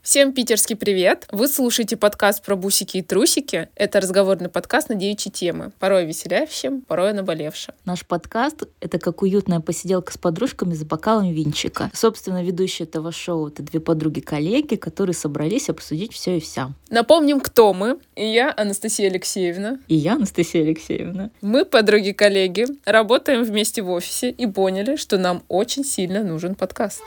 Всем питерский привет! Вы слушаете подкаст про бусики и трусики. Это разговорный подкаст на девичьи темы, порой веселящим, порой наболевшим. Наш подкаст — это как уютная посиделка с подружками за бокалом винчика. Собственно, ведущие этого шоу — это две подруги-коллеги, которые собрались обсудить все и вся. Напомним, кто мы. И я, Анастасия Алексеевна. И я, Анастасия Алексеевна. Мы, подруги-коллеги, работаем вместе в офисе и поняли, что нам очень сильно нужен подкаст.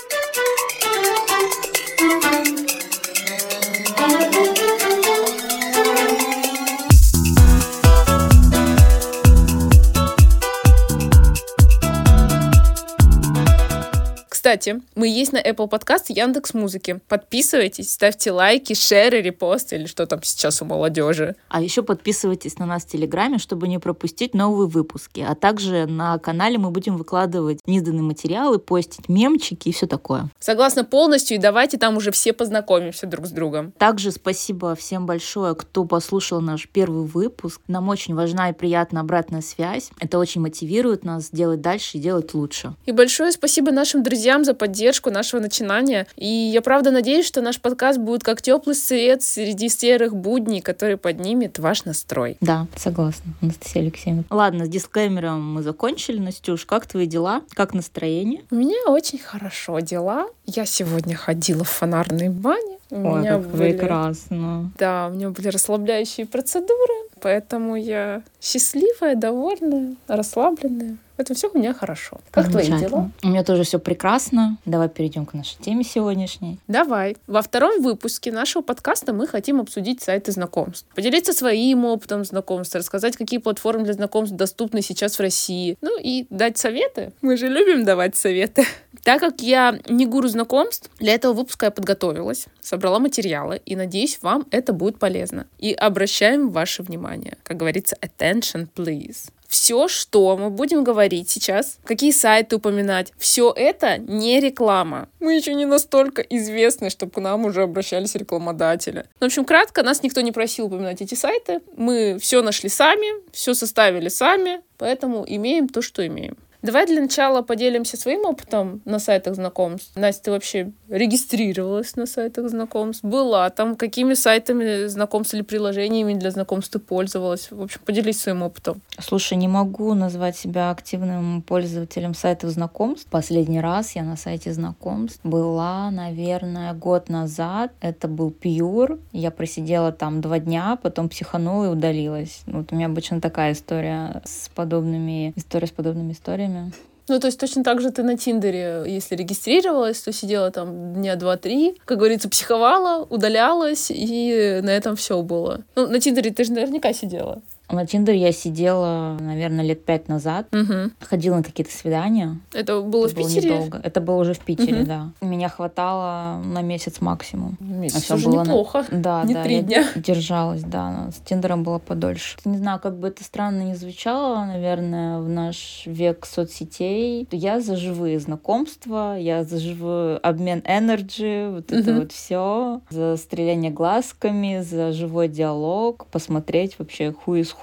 Кстати, мы есть на Apple Podcast и Яндекс.Музыке. Подписывайтесь, ставьте лайки, шеры, репосты или что там сейчас у молодежи. А еще подписывайтесь на нас в Телеграме, чтобы не пропустить новые выпуски. А также на канале мы будем выкладывать неизданные материалы, постить мемчики и все такое. Согласна полностью, и давайте там уже все познакомимся друг с другом. Также спасибо всем большое, кто послушал наш первый выпуск. Нам очень важна и приятна обратная связь. Это очень мотивирует нас делать дальше и делать лучше. И большое спасибо нашим друзьям за поддержку нашего начинания. И я правда надеюсь, что наш подкаст будет как теплый свет среди серых будней, который поднимет ваш настрой. Да, согласна, Анастасия Алексеевна. Ладно, с дисклеймером мы закончили. Настюш, как твои дела? Как настроение? У меня очень хорошо дела. Я сегодня ходила в фонарной бане. Ой, как прекрасно. Да, у меня были расслабляющие процедуры, поэтому я счастливая, довольная, расслабленная. Это все у меня хорошо. Как твои дела? У меня тоже все прекрасно. Давай перейдем к нашей теме сегодняшней. Давай. Во втором выпуске нашего подкаста мы хотим обсудить сайты знакомств. Поделиться своим опытом знакомств, рассказать, какие платформы для знакомств доступны сейчас в России. Ну и дать советы. Мы же любим давать советы. Так как я не гуру знакомств, для этого выпуска я подготовилась, собрала материалы, и надеюсь, вам это будет полезно. И обращаем ваше внимание. Как говорится, attention, please. Все, что мы будем говорить сейчас, какие сайты упоминать, все это не реклама. Мы еще не настолько известны, чтобы к нам уже обращались рекламодатели. В общем, кратко, нас никто не просил упоминать эти сайты. Мы все нашли сами, все составили сами, поэтому имеем то, что имеем. Давай для начала поделимся своим опытом на сайтах знакомств. Настя, ты вообще регистрировалась на сайтах знакомств? Была там? Какими сайтами знакомств или приложениями для знакомств ты пользовалась? В общем, поделись своим опытом. Слушай, не могу назвать себя активным пользователем сайтов знакомств. Последний раз я на сайте знакомств была, наверное, год назад. Это был Pure. Я просидела там 2 дня, потом психанула и удалилась. Вот у меня обычно такая история с подобными историями. Ну, то есть точно так же ты на Тиндере, если регистрировалась, то сидела там дня 2-3, как говорится, психовала, удалялась, и на этом все было. Ну, на Тиндере ты же наверняка сидела. На Тиндере я сидела, наверное, лет 5 назад. Угу. Ходила на какие-то свидания. Это было в Питере? Недолго. Это было уже в Питере, да. Меня хватало на месяц максимум. Месяц уже было неплохо. Да, не 3 дня. Я держалась, да. С Тиндером было подольше. Не знаю, как бы это странно ни звучало, наверное, в наш век соцсетей. Я за живые знакомства, я за живой обмен энерджи, вот это вот все. За стреляние глазками, за живой диалог, посмотреть вообще who is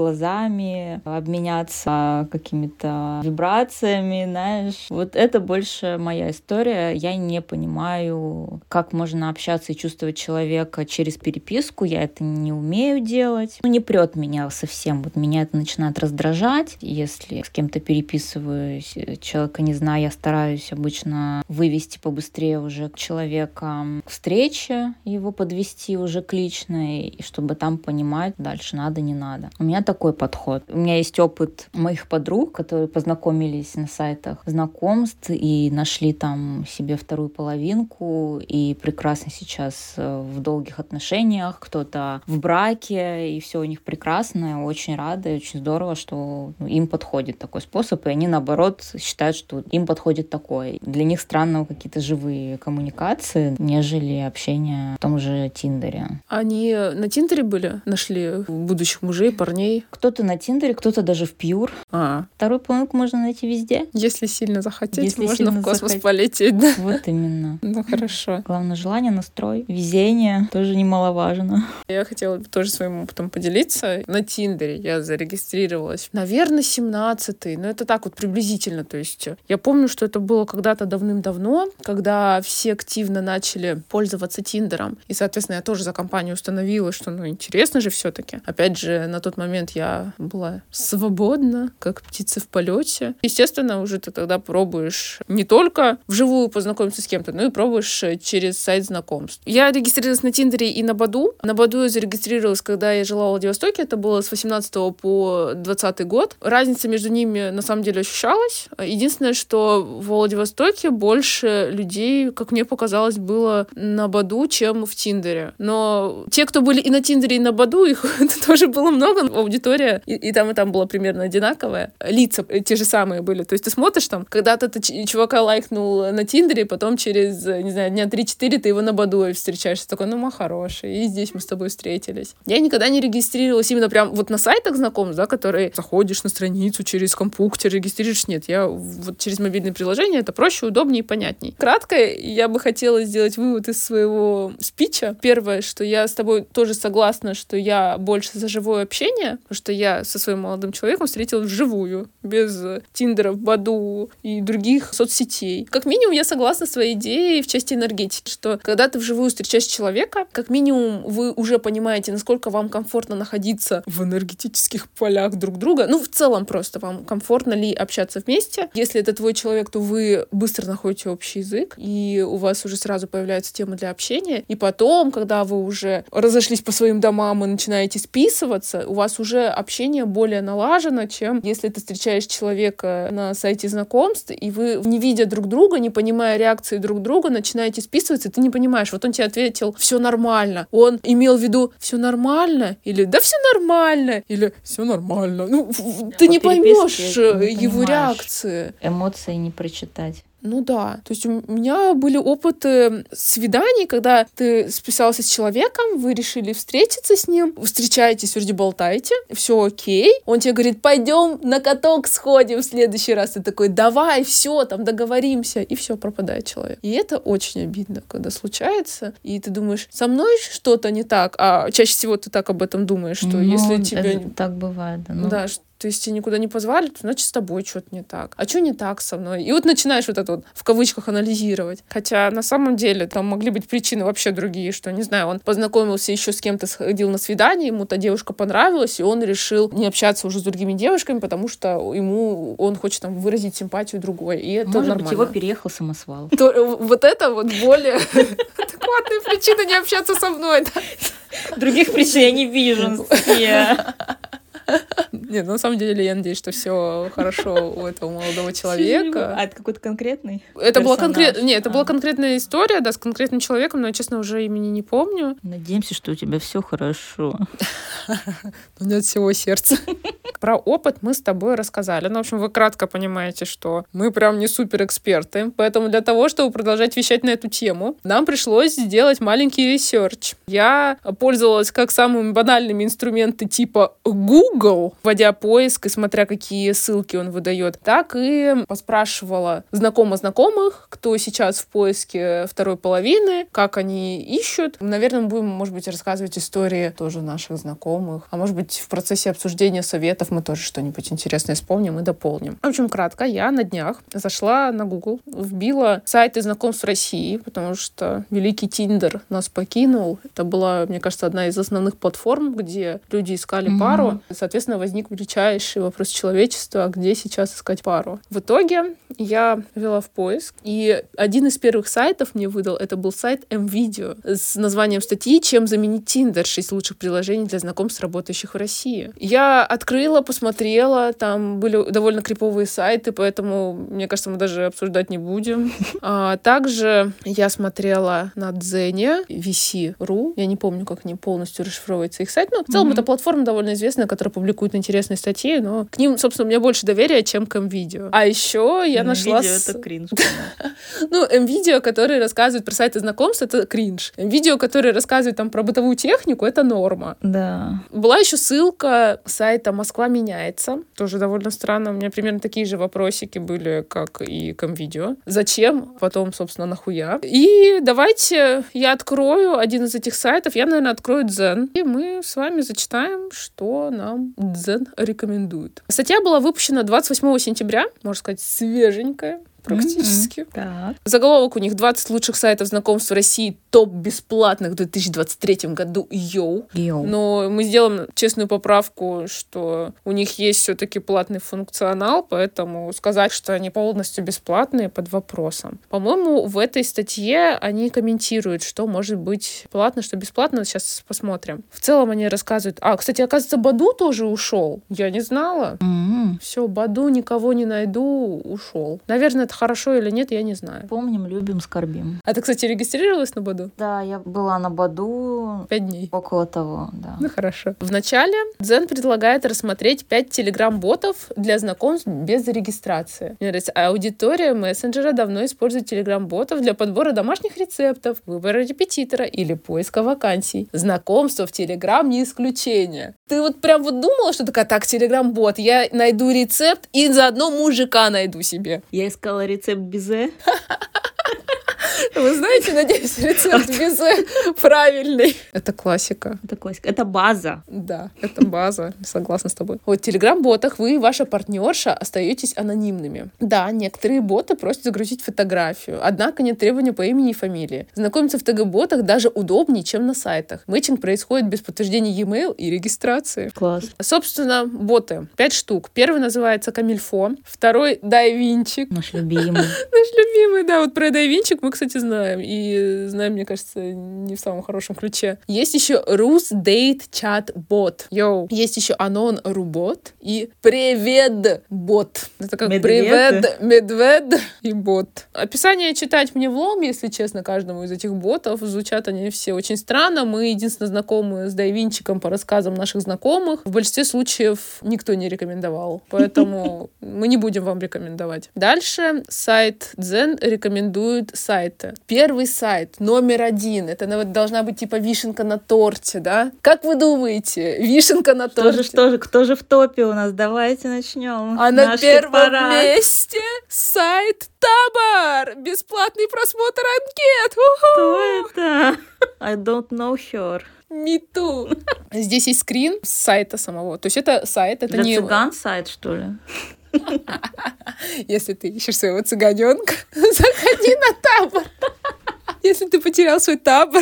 глазами, обменяться какими-то вибрациями, знаешь. Вот это больше моя история. Я не понимаю, как можно общаться и чувствовать человека через переписку. Я это не умею делать. Не прет меня совсем. Вот меня это начинает раздражать. Если с кем-то переписываюсь, человека не знаю, я стараюсь обычно вывести побыстрее уже человека к встрече, его подвести уже к личной, и чтобы там понимать, дальше надо, не надо. У меня такой подход. У меня есть опыт моих подруг, которые познакомились на сайтах знакомств и нашли там себе вторую половинку, и прекрасно сейчас в долгих отношениях, кто-то в браке, и все у них прекрасно, очень рада, и очень здорово, что им подходит такой способ, и они, наоборот, считают, что им подходит такой. Для них странно какие-то живые коммуникации, нежели общение в том же Тиндере. Они на Тиндере были? Нашли будущих мужей нашли парней. Кто-то на Тиндере, кто-то даже в Пьюр. Вторую половинку можно найти везде. Если сильно захотеть, Если можно сильно в космос захотеть. полететь, да? Вот именно. Ну, хорошо. Главное желание, настрой, везение тоже немаловажно. Я хотела тоже своим опытом поделиться. На Тиндере я зарегистрировалась, наверное, 17-й, но это так вот приблизительно. То есть я помню, что это было когда-то давным-давно, когда все активно начали пользоваться Тиндером. И, соответственно, я тоже за компанию установила, что, интересно же все-таки. Опять же, на тот момент я была свободна, как птица в полете. Естественно, уже ты тогда пробуешь не только вживую познакомиться с кем-то, но и пробуешь через сайт знакомств. Я регистрировалась на Тиндере и на Баду. На Баду я зарегистрировалась, когда я жила в Владивостоке. Это было с 18 по 20 год. Разница между ними на самом деле ощущалась. Единственное, что в Владивостоке больше людей, как мне показалось, было на Баду, чем в Тиндере. Но те, кто были и на Тиндере, и на Баду, их тоже было много. Аудитория и там была примерно одинаковая. Лица те же самые были. То есть ты смотришь там, когда-то ты чувака лайкнул на Тиндере, потом через, не знаю, дня 3-4 ты его на Баду встречаешься. Такой, мы хорошие, и здесь мы с тобой встретились. Я никогда не регистрировалась именно прям вот на сайтах знакомств, да, которые заходишь на страницу через компьютер, регистрируешь. Нет, я вот через мобильное приложение, это проще, удобнее и понятней. Кратко, я бы хотела сделать вывод из своего спича. Первое, что я с тобой тоже согласна, что я больше за живое общение, потому что я со своим молодым человеком встретилась вживую, без Тиндеров, Баду и других соцсетей. Как минимум, я согласна с своей идеей в части энергетики, что когда ты вживую встречаешь человека, как минимум вы уже понимаете, насколько вам комфортно находиться в энергетических полях друг друга. В целом просто вам комфортно ли общаться вместе. Если это твой человек, то вы быстро находите общий язык, и у вас уже сразу появляются темы для общения. И потом, когда вы уже разошлись по своим домам и начинаете списываться, у вас уже общение более налажено, чем если ты встречаешь человека на сайте знакомств, и вы, не видя друг друга, не понимая реакции друг друга, начинаете списываться, и ты не понимаешь, вот он тебе ответил «все нормально», он имел в виду «все нормально» или «да все нормально» или «все нормально». Ты не поймешь его реакции. Эмоции не прочитать. Да. То есть у меня были опыты свиданий, когда ты списался с человеком, вы решили встретиться с ним, вы встречаетесь, вроде болтаете, все окей. Он тебе говорит, пойдем на каток сходим в следующий раз. Ты такой, давай, все, там договоримся. И все, пропадает человек. И это очень обидно, когда случается. И ты думаешь, со мной что-то не так, а чаще всего ты так об этом думаешь, что если тебе... Так бывает, да. Да, то есть тебя никуда не позвали, то значит с тобой что-то не так. А что не так со мной? И вот начинаешь вот это вот в кавычках анализировать. Хотя на самом деле там могли быть причины вообще другие, что, не знаю, он познакомился еще с кем-то, сходил на свидание, ему та девушка понравилась, и он решил не общаться уже с другими девушками, потому что он хочет там выразить симпатию другой. И это Может нормально. быть, его переехал самосвал. Вот это вот более адекватная причина не общаться со мной. Других причин я не вижу. Нет, на самом деле я надеюсь, что все хорошо у этого молодого человека. А это какой-то конкретный? Это была конкретная история, да, с конкретным человеком, но я, честно, уже имени не помню. Надеемся, что у тебя все хорошо. Но не от всего сердца. Про опыт мы с тобой рассказали. В общем, вы кратко понимаете, что мы прям не суперэксперты. Поэтому для того, чтобы продолжать вещать на эту тему, нам пришлось сделать маленький ресерч. Я пользовалась как самыми банальными инструментами типа Google, вводя поиск и смотря, какие ссылки он выдает, так и поспрашивала знакомых, кто сейчас в поиске второй половины, как они ищут. Наверное, мы будем, может быть, рассказывать истории тоже наших знакомых. А может быть, в процессе обсуждения советов мы тоже что-нибудь интересное вспомним и дополним. В общем, кратко, я на днях зашла на Google, вбила сайты знакомств России, потому что великий Тиндер нас покинул. Это была, мне кажется, одна из основных платформ, где люди искали пару. Соответственно, возник величайший вопрос человечества, где сейчас искать пару. В итоге я ввела в поиск, и один из первых сайтов мне выдал, это был сайт M-Video с названием статьи «Чем заменить Тиндер? 6 лучших приложений для знакомств, работающих в России». Я открыла Сходила, посмотрела, там были довольно криповые сайты, поэтому, мне кажется, мы даже обсуждать не будем. Также я смотрела на Дзене, VC.ru. Я не помню, как они полностью расшифровывается их сайт, но в целом это платформа довольно известная, которая публикует интересные статьи, но к ним, собственно, у меня больше доверия, чем к МВидео. А еще я нашла... МВидео — это кринж. Ну, МВидео, которые рассказывают про сайты знакомств, это кринж. МВидео, которые рассказывают там про бытовую технику, это норма. Да. Была еще ссылка сайта «Москва меняется». Тоже довольно странно. У меня примерно такие же вопросики были, как и к МВидео. Зачем? Потом, собственно, нахуя? И давайте я открою один из этих сайтов. Я, наверное, открою Дзен. И мы с вами зачитаем, что нам Дзен рекомендует. Статья была выпущена 28 сентября. Можно сказать, свеженькая. Практически. Так. Заголовок у них: 20 лучших сайтов знакомств в России, топ бесплатных в 2023 году. Йоу. Но мы сделаем честную поправку, что у них есть все-таки платный функционал, поэтому сказать, что они полностью бесплатные, под вопросом. По-моему, в этой статье они комментируют, что может быть платно, что бесплатно. Сейчас посмотрим. В целом они рассказывают... кстати, оказывается, Баду тоже ушел. Я не знала. Все, Баду, никого не найду, ушел. Наверное, это хорошо или нет, я не знаю. Помним, любим, скорбим. А ты, кстати, регистрировалась на Баду? Да, я была на Баду 5 дней. Около того, да. Ну, хорошо. Вначале Дзен предлагает рассмотреть 5 телеграм-ботов для знакомств без регистрации. Мне нравится. Аудитория мессенджера давно использует телеграм-ботов для подбора домашних рецептов, выбора репетитора или поиска вакансий. Знакомство в телеграм не исключение. Ты вот прям вот думала, что такая: так, телеграм-бот, я найду рецепт и заодно мужика найду себе. Я искала рецепт безе. Вы знаете, надеюсь, рецепт безе правильный. Это классика. Это классика. Это база. Да, это база. Согласна с тобой. Вот в телеграм-ботах вы и ваша партнерша остаетесь анонимными. Да, некоторые боты просят загрузить фотографию, однако нет требования по имени и фамилии. Знакомиться в ТГ-ботах даже удобнее, чем на сайтах. Мэтчинг происходит без подтверждения e-mail и регистрации. Класс. Собственно, боты. 5 штук. Первый называется Камильфо, второй Дайвинчик. Наш любимый. Наш любимый, да. Вот про Дайвинчик мы, кстати, знаем. И знаем, мне кажется, не в самом хорошем ключе. Есть еще Rus Date Chat Bot. Йоу. Есть еще Anon Рубот и Привет Бот. Это как Привет, Медвед и бот. Описание читать мне влом, если честно, каждому из этих ботов. Звучат они все очень странно. Мы единственно знакомы с Дайвинчиком по рассказам наших знакомых. В большинстве случаев никто не рекомендовал. Поэтому мы не будем вам рекомендовать. Дальше сайт Дзен рекомендует сайты. Первый сайт, номер 1. Это должна быть типа вишенка на торте, да? Как вы думаете? Вишенка на торте. Кто же в топе у нас? Давайте начнем. А на первом месте сайт Табор. Бесплатный просмотр анкет. Кто это? I don't know her. Me too. Здесь есть скрин с сайта самого. То есть это сайт, это для не... цыган сайт, что ли? Если ты ищешь своего цыганенка, заходи на Табор. Если ты потерял свой Табор,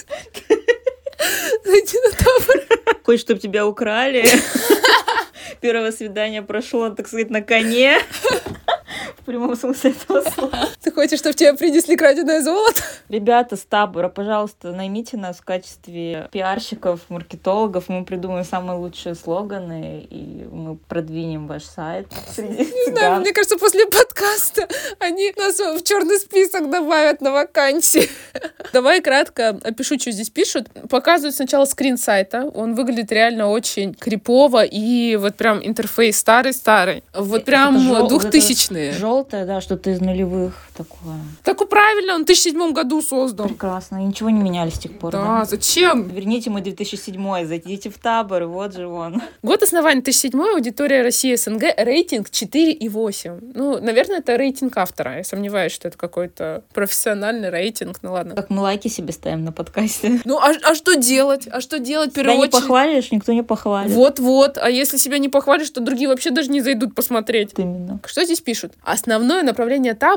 зайди на Табор. Хочешь, чтобы тебя украли? Первое свидание прошло, так сказать, на коне. В прямом смысле этого слова. Ты хочешь, чтобы тебе принесли краденое золото? Ребята с Табора, пожалуйста, наймите нас в качестве пиарщиков, маркетологов. Мы придумаем самые лучшие слоганы, и мы продвинем ваш сайт среди цыган. Да, мне кажется, после подкаста они нас в черный список добавят на вакансии. Давай кратко опишу, что здесь пишут. Показывают сначала скрин сайта. Он выглядит реально очень крипово, и вот прям интерфейс старый-старый. Вот прям 2000-е. Желтое, да, что-то из нулевых такое. Так и правильно, он в 2007 году создан. Прекрасно, и ничего не меняли с тех пор. Да, зачем? Верните мы 2007, зайдите в Табор, и вот же он. Год основания 2007, аудитория России СНГ, рейтинг 4,8. Ну, наверное, это рейтинг автора. Я сомневаюсь, что это какой-то профессиональный рейтинг. Ну ладно. Как мы лайки себе ставим на подкасте. Ну, а что делать? А что делать в первую очередь? Себя не похвалишь, никто не похвалит. Вот. А если себя не похвалишь, то другие вообще даже не зайдут посмотреть. Именно. Что здесь пишут? Основное направление Табор — создание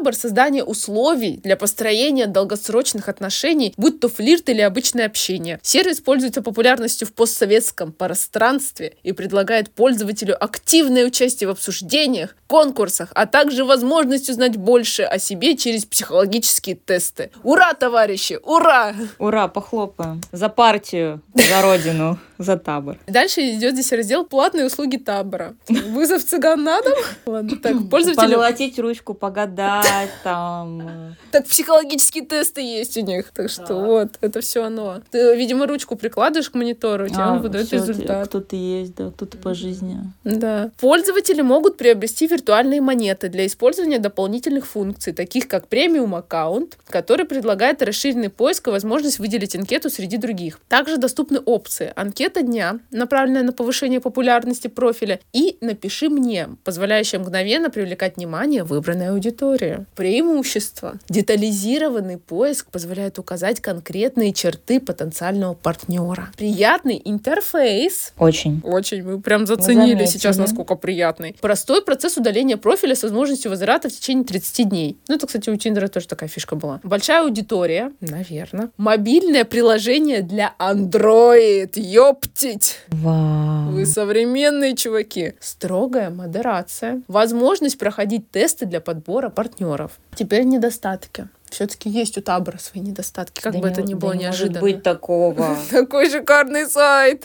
создание условий для построения долгосрочных отношений, будь то флирт или обычное общение. Сервис пользуется популярностью в постсоветском пространстве и предлагает пользователю активное участие в обсуждениях, конкурсах, а также возможность узнать больше о себе через психологические тесты. Ура, товарищи! Ура! Ура, похлопаем. За партию, за родину, за табор. Дальше идет здесь раздел «Платные услуги табора». Вызов цыган на дом. Ладно, так, пользователи... Поколотить ручку, погадать там. Так, психологические тесты есть у них. Так что вот, это все оно. Ты, видимо, ручку прикладываешь к монитору, тебе он выдает результат. Кто-то есть, да, кто-то по жизни. Да. Пользователи могут приобрести виртуальные монеты для использования дополнительных функций, таких как премиум-аккаунт, который предлагает расширенный поиск и возможность выделить анкету среди других. Также доступны опции «Анкета дня», направленная на повышение популярности профиля, и «Напиши мне», позволяющая мгновенно привлекать внимание выбранной аудитории. Преимущество. Детализированный поиск позволяет указать конкретные черты потенциального партнера. Приятный интерфейс. Очень. Очень. Мы прям заценили сейчас, насколько приятный. Простой процесс удаления профиля с возможностью возврата в течение 30 дней. Ну, это, кстати, у Тиндера тоже такая фишка была. Большая аудитория. Наверное. Мобильное приложение для Android. Ёптить! Вау. Вы современные чуваки. Строгая модерация. Возможность проходить тесты для подбора партнеров. Теперь недостатки. Все-таки есть у табора свои недостатки, как бы это ни было неожиданно. Не может быть такого. Такой шикарный сайт.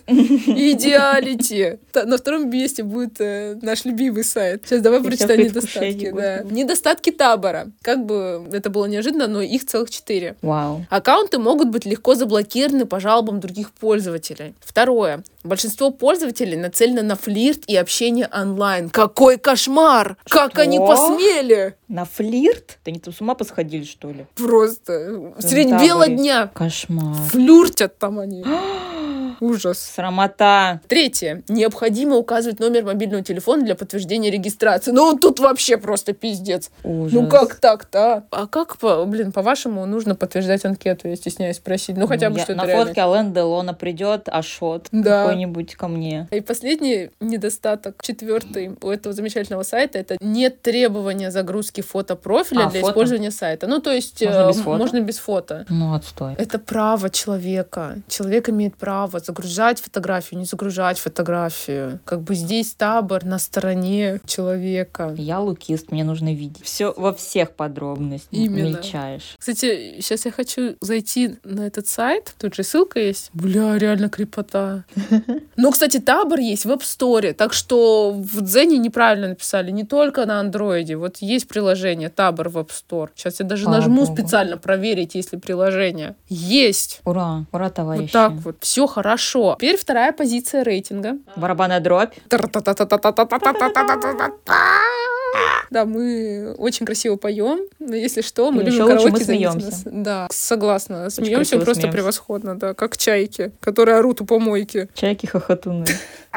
Идеалити. На втором месте будет наш любимый сайт. Сейчас давай прочитаем недостатки. Недостатки табора. Как бы это было неожиданно, но их целых 4. Вау. Аккаунты могут быть легко заблокированы по жалобам других пользователей. Второе. Большинство пользователей нацелены на флирт и общение онлайн. Какой кошмар! Как они посмели! На флирт? Да они там с ума посходили, что ли? Просто средь бела дня. Кошмар. Флиртят там они. Ужас. Срамота. Третье. Необходимо указывать номер мобильного телефона для подтверждения регистрации. Ну, тут вообще просто пиздец. Ужас. Ну, как так-то? А как, по-вашему, нужно подтверждать анкету? Я стесняюсь спросить. Ну, хотя бы, что это на реально. фотке Ален Делона придет, Ашот какой-нибудь ко мне. И последний недостаток, 4 у этого замечательного сайта, это нет требования загрузки фото профиля для использования сайта. Ну, то есть можно без фото. Ну, отстой. Это право человека. Человек имеет право загружать фотографию, не загружать фотографию. Как бы здесь табор на стороне человека. Я лукист, мне нужно видеть все во всех подробностях. Именно. Мельчаешь. Кстати, сейчас я хочу зайти на этот сайт. Тут же ссылка есть. Бля, реально крепота. Но, кстати, табор есть в App Store. Так что в Дзене неправильно написали. Не только на андроиде. Вот есть приложение табор в App Store. Сейчас я даже нажму специально проверить, есть ли приложение. Есть. Ура. Ура, товарищи. Вот так вот. Все хорошо. Теперь вторая позиция рейтинга. Барабанная дробь. Да, мы очень красиво поем. Но если что, мы еще любим караоке. мы смеемся. Да, согласна. Смеемся просто превосходно, да. Как чайки, которые орут у помойки. Чайки-хохотуны.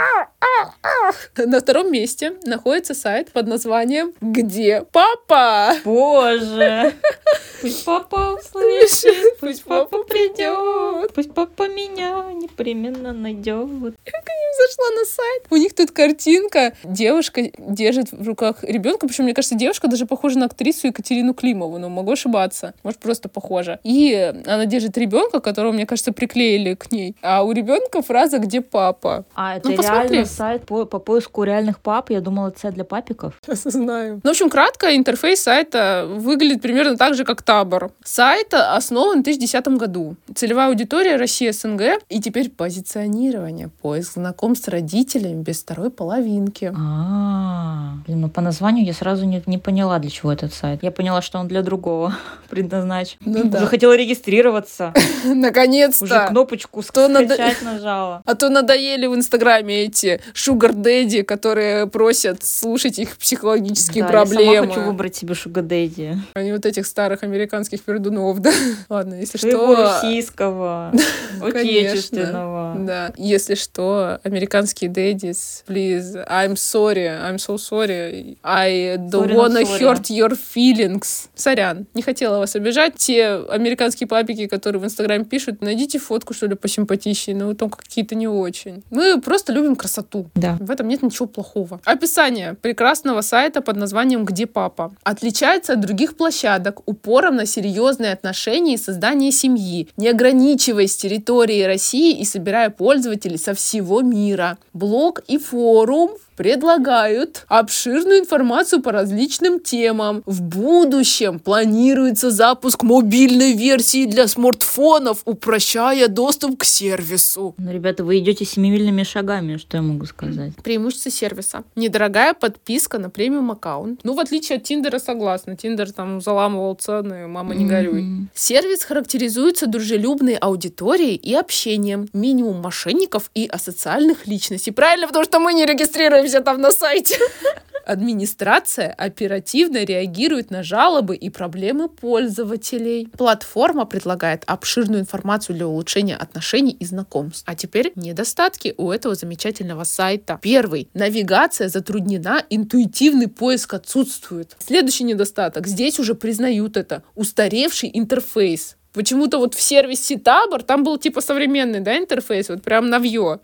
На втором месте находится сайт под названием «Где папа?». Боже! Пусть папа услышит, пусть папа придет, пусть папа меня непременно найдет. Как я зашла на сайт. У них тут картинка. Девушка держит в руках ребенка. Причем, мне кажется, девушка даже похожа на актрису Екатерину Климову. Но могу ошибаться. Может, просто похожа. И она держит ребенка, которого, мне кажется, приклеили к ней. А у ребенка фраза «Где папа?». А это реально сайт по поиску реальных пап? Я думала, это сайт для папиков. Сейчас узнаем. Ну, в общем, кратко, интерфейс сайта выглядит примерно так же, как табор. Сайт основан в 2010 году. Целевая аудитория Россия, СНГ. И теперь позиционирование. Поиск знакомств с родителями без второй половинки. Блин, ну по названию я сразу не поняла, для чего этот сайт. Я поняла, что он для другого предназначен. Ну да. Уже хотела регистрироваться. Наконец-то. Уже кнопочку скачать нажала. А то надоели в Инстаграме эти шугар-дэдди, которые просят слушать их психологические проблемы. Я сама хочу выбрать себе шугар-дэдди. А не вот этих старых американских пердунов, да? Ладно, если своего что... российского, отечественного. Да. Если что, американские дэдис, please, I'm so sorry, I don't Sorry, wanna not sorry. hurt your feelings. Сорян, не хотела вас обижать. Те американские папики, которые в Инстаграме пишут, найдите фотку, что ли, посимпатичнее, но там какие-то не очень. Мы просто любим красоту. Да. В этом нет ничего плохого. Описание прекрасного сайта под названием «Где папа?» отличается от других площадок упором на серьезные отношения и создание семьи, не ограничиваясь территорией России и собирая пользователей со всего мира. Блог и форум предлагают обширную информацию по различным темам. В будущем планируется запуск мобильной версии для смартфонов, упрощая доступ к сервису. Ну, ребята, вы идете семимильными шагами, что я могу сказать. Преимущество сервиса. Недорогая подписка на премиум аккаунт. Ну, в отличие от Тиндера, согласна. Тиндер там заламывал цены, мама, не горюй. Сервис характеризуется дружелюбной аудиторией и общением. Минимум мошенников и асоциальных личностей. Правильно, потому что мы не регистрируемся там на сайте. Администрация оперативно реагирует на жалобы и проблемы пользователей. Платформа предлагает обширную информацию для улучшения отношений и знакомств. А теперь недостатки у этого замечательного сайта. Первый. Навигация затруднена, интуитивный поиск отсутствует. Следующий недостаток. Здесь уже признают это. Устаревший интерфейс. Почему-то вот в сервисе Табор там был типа современный, да, интерфейс, вот прям навье.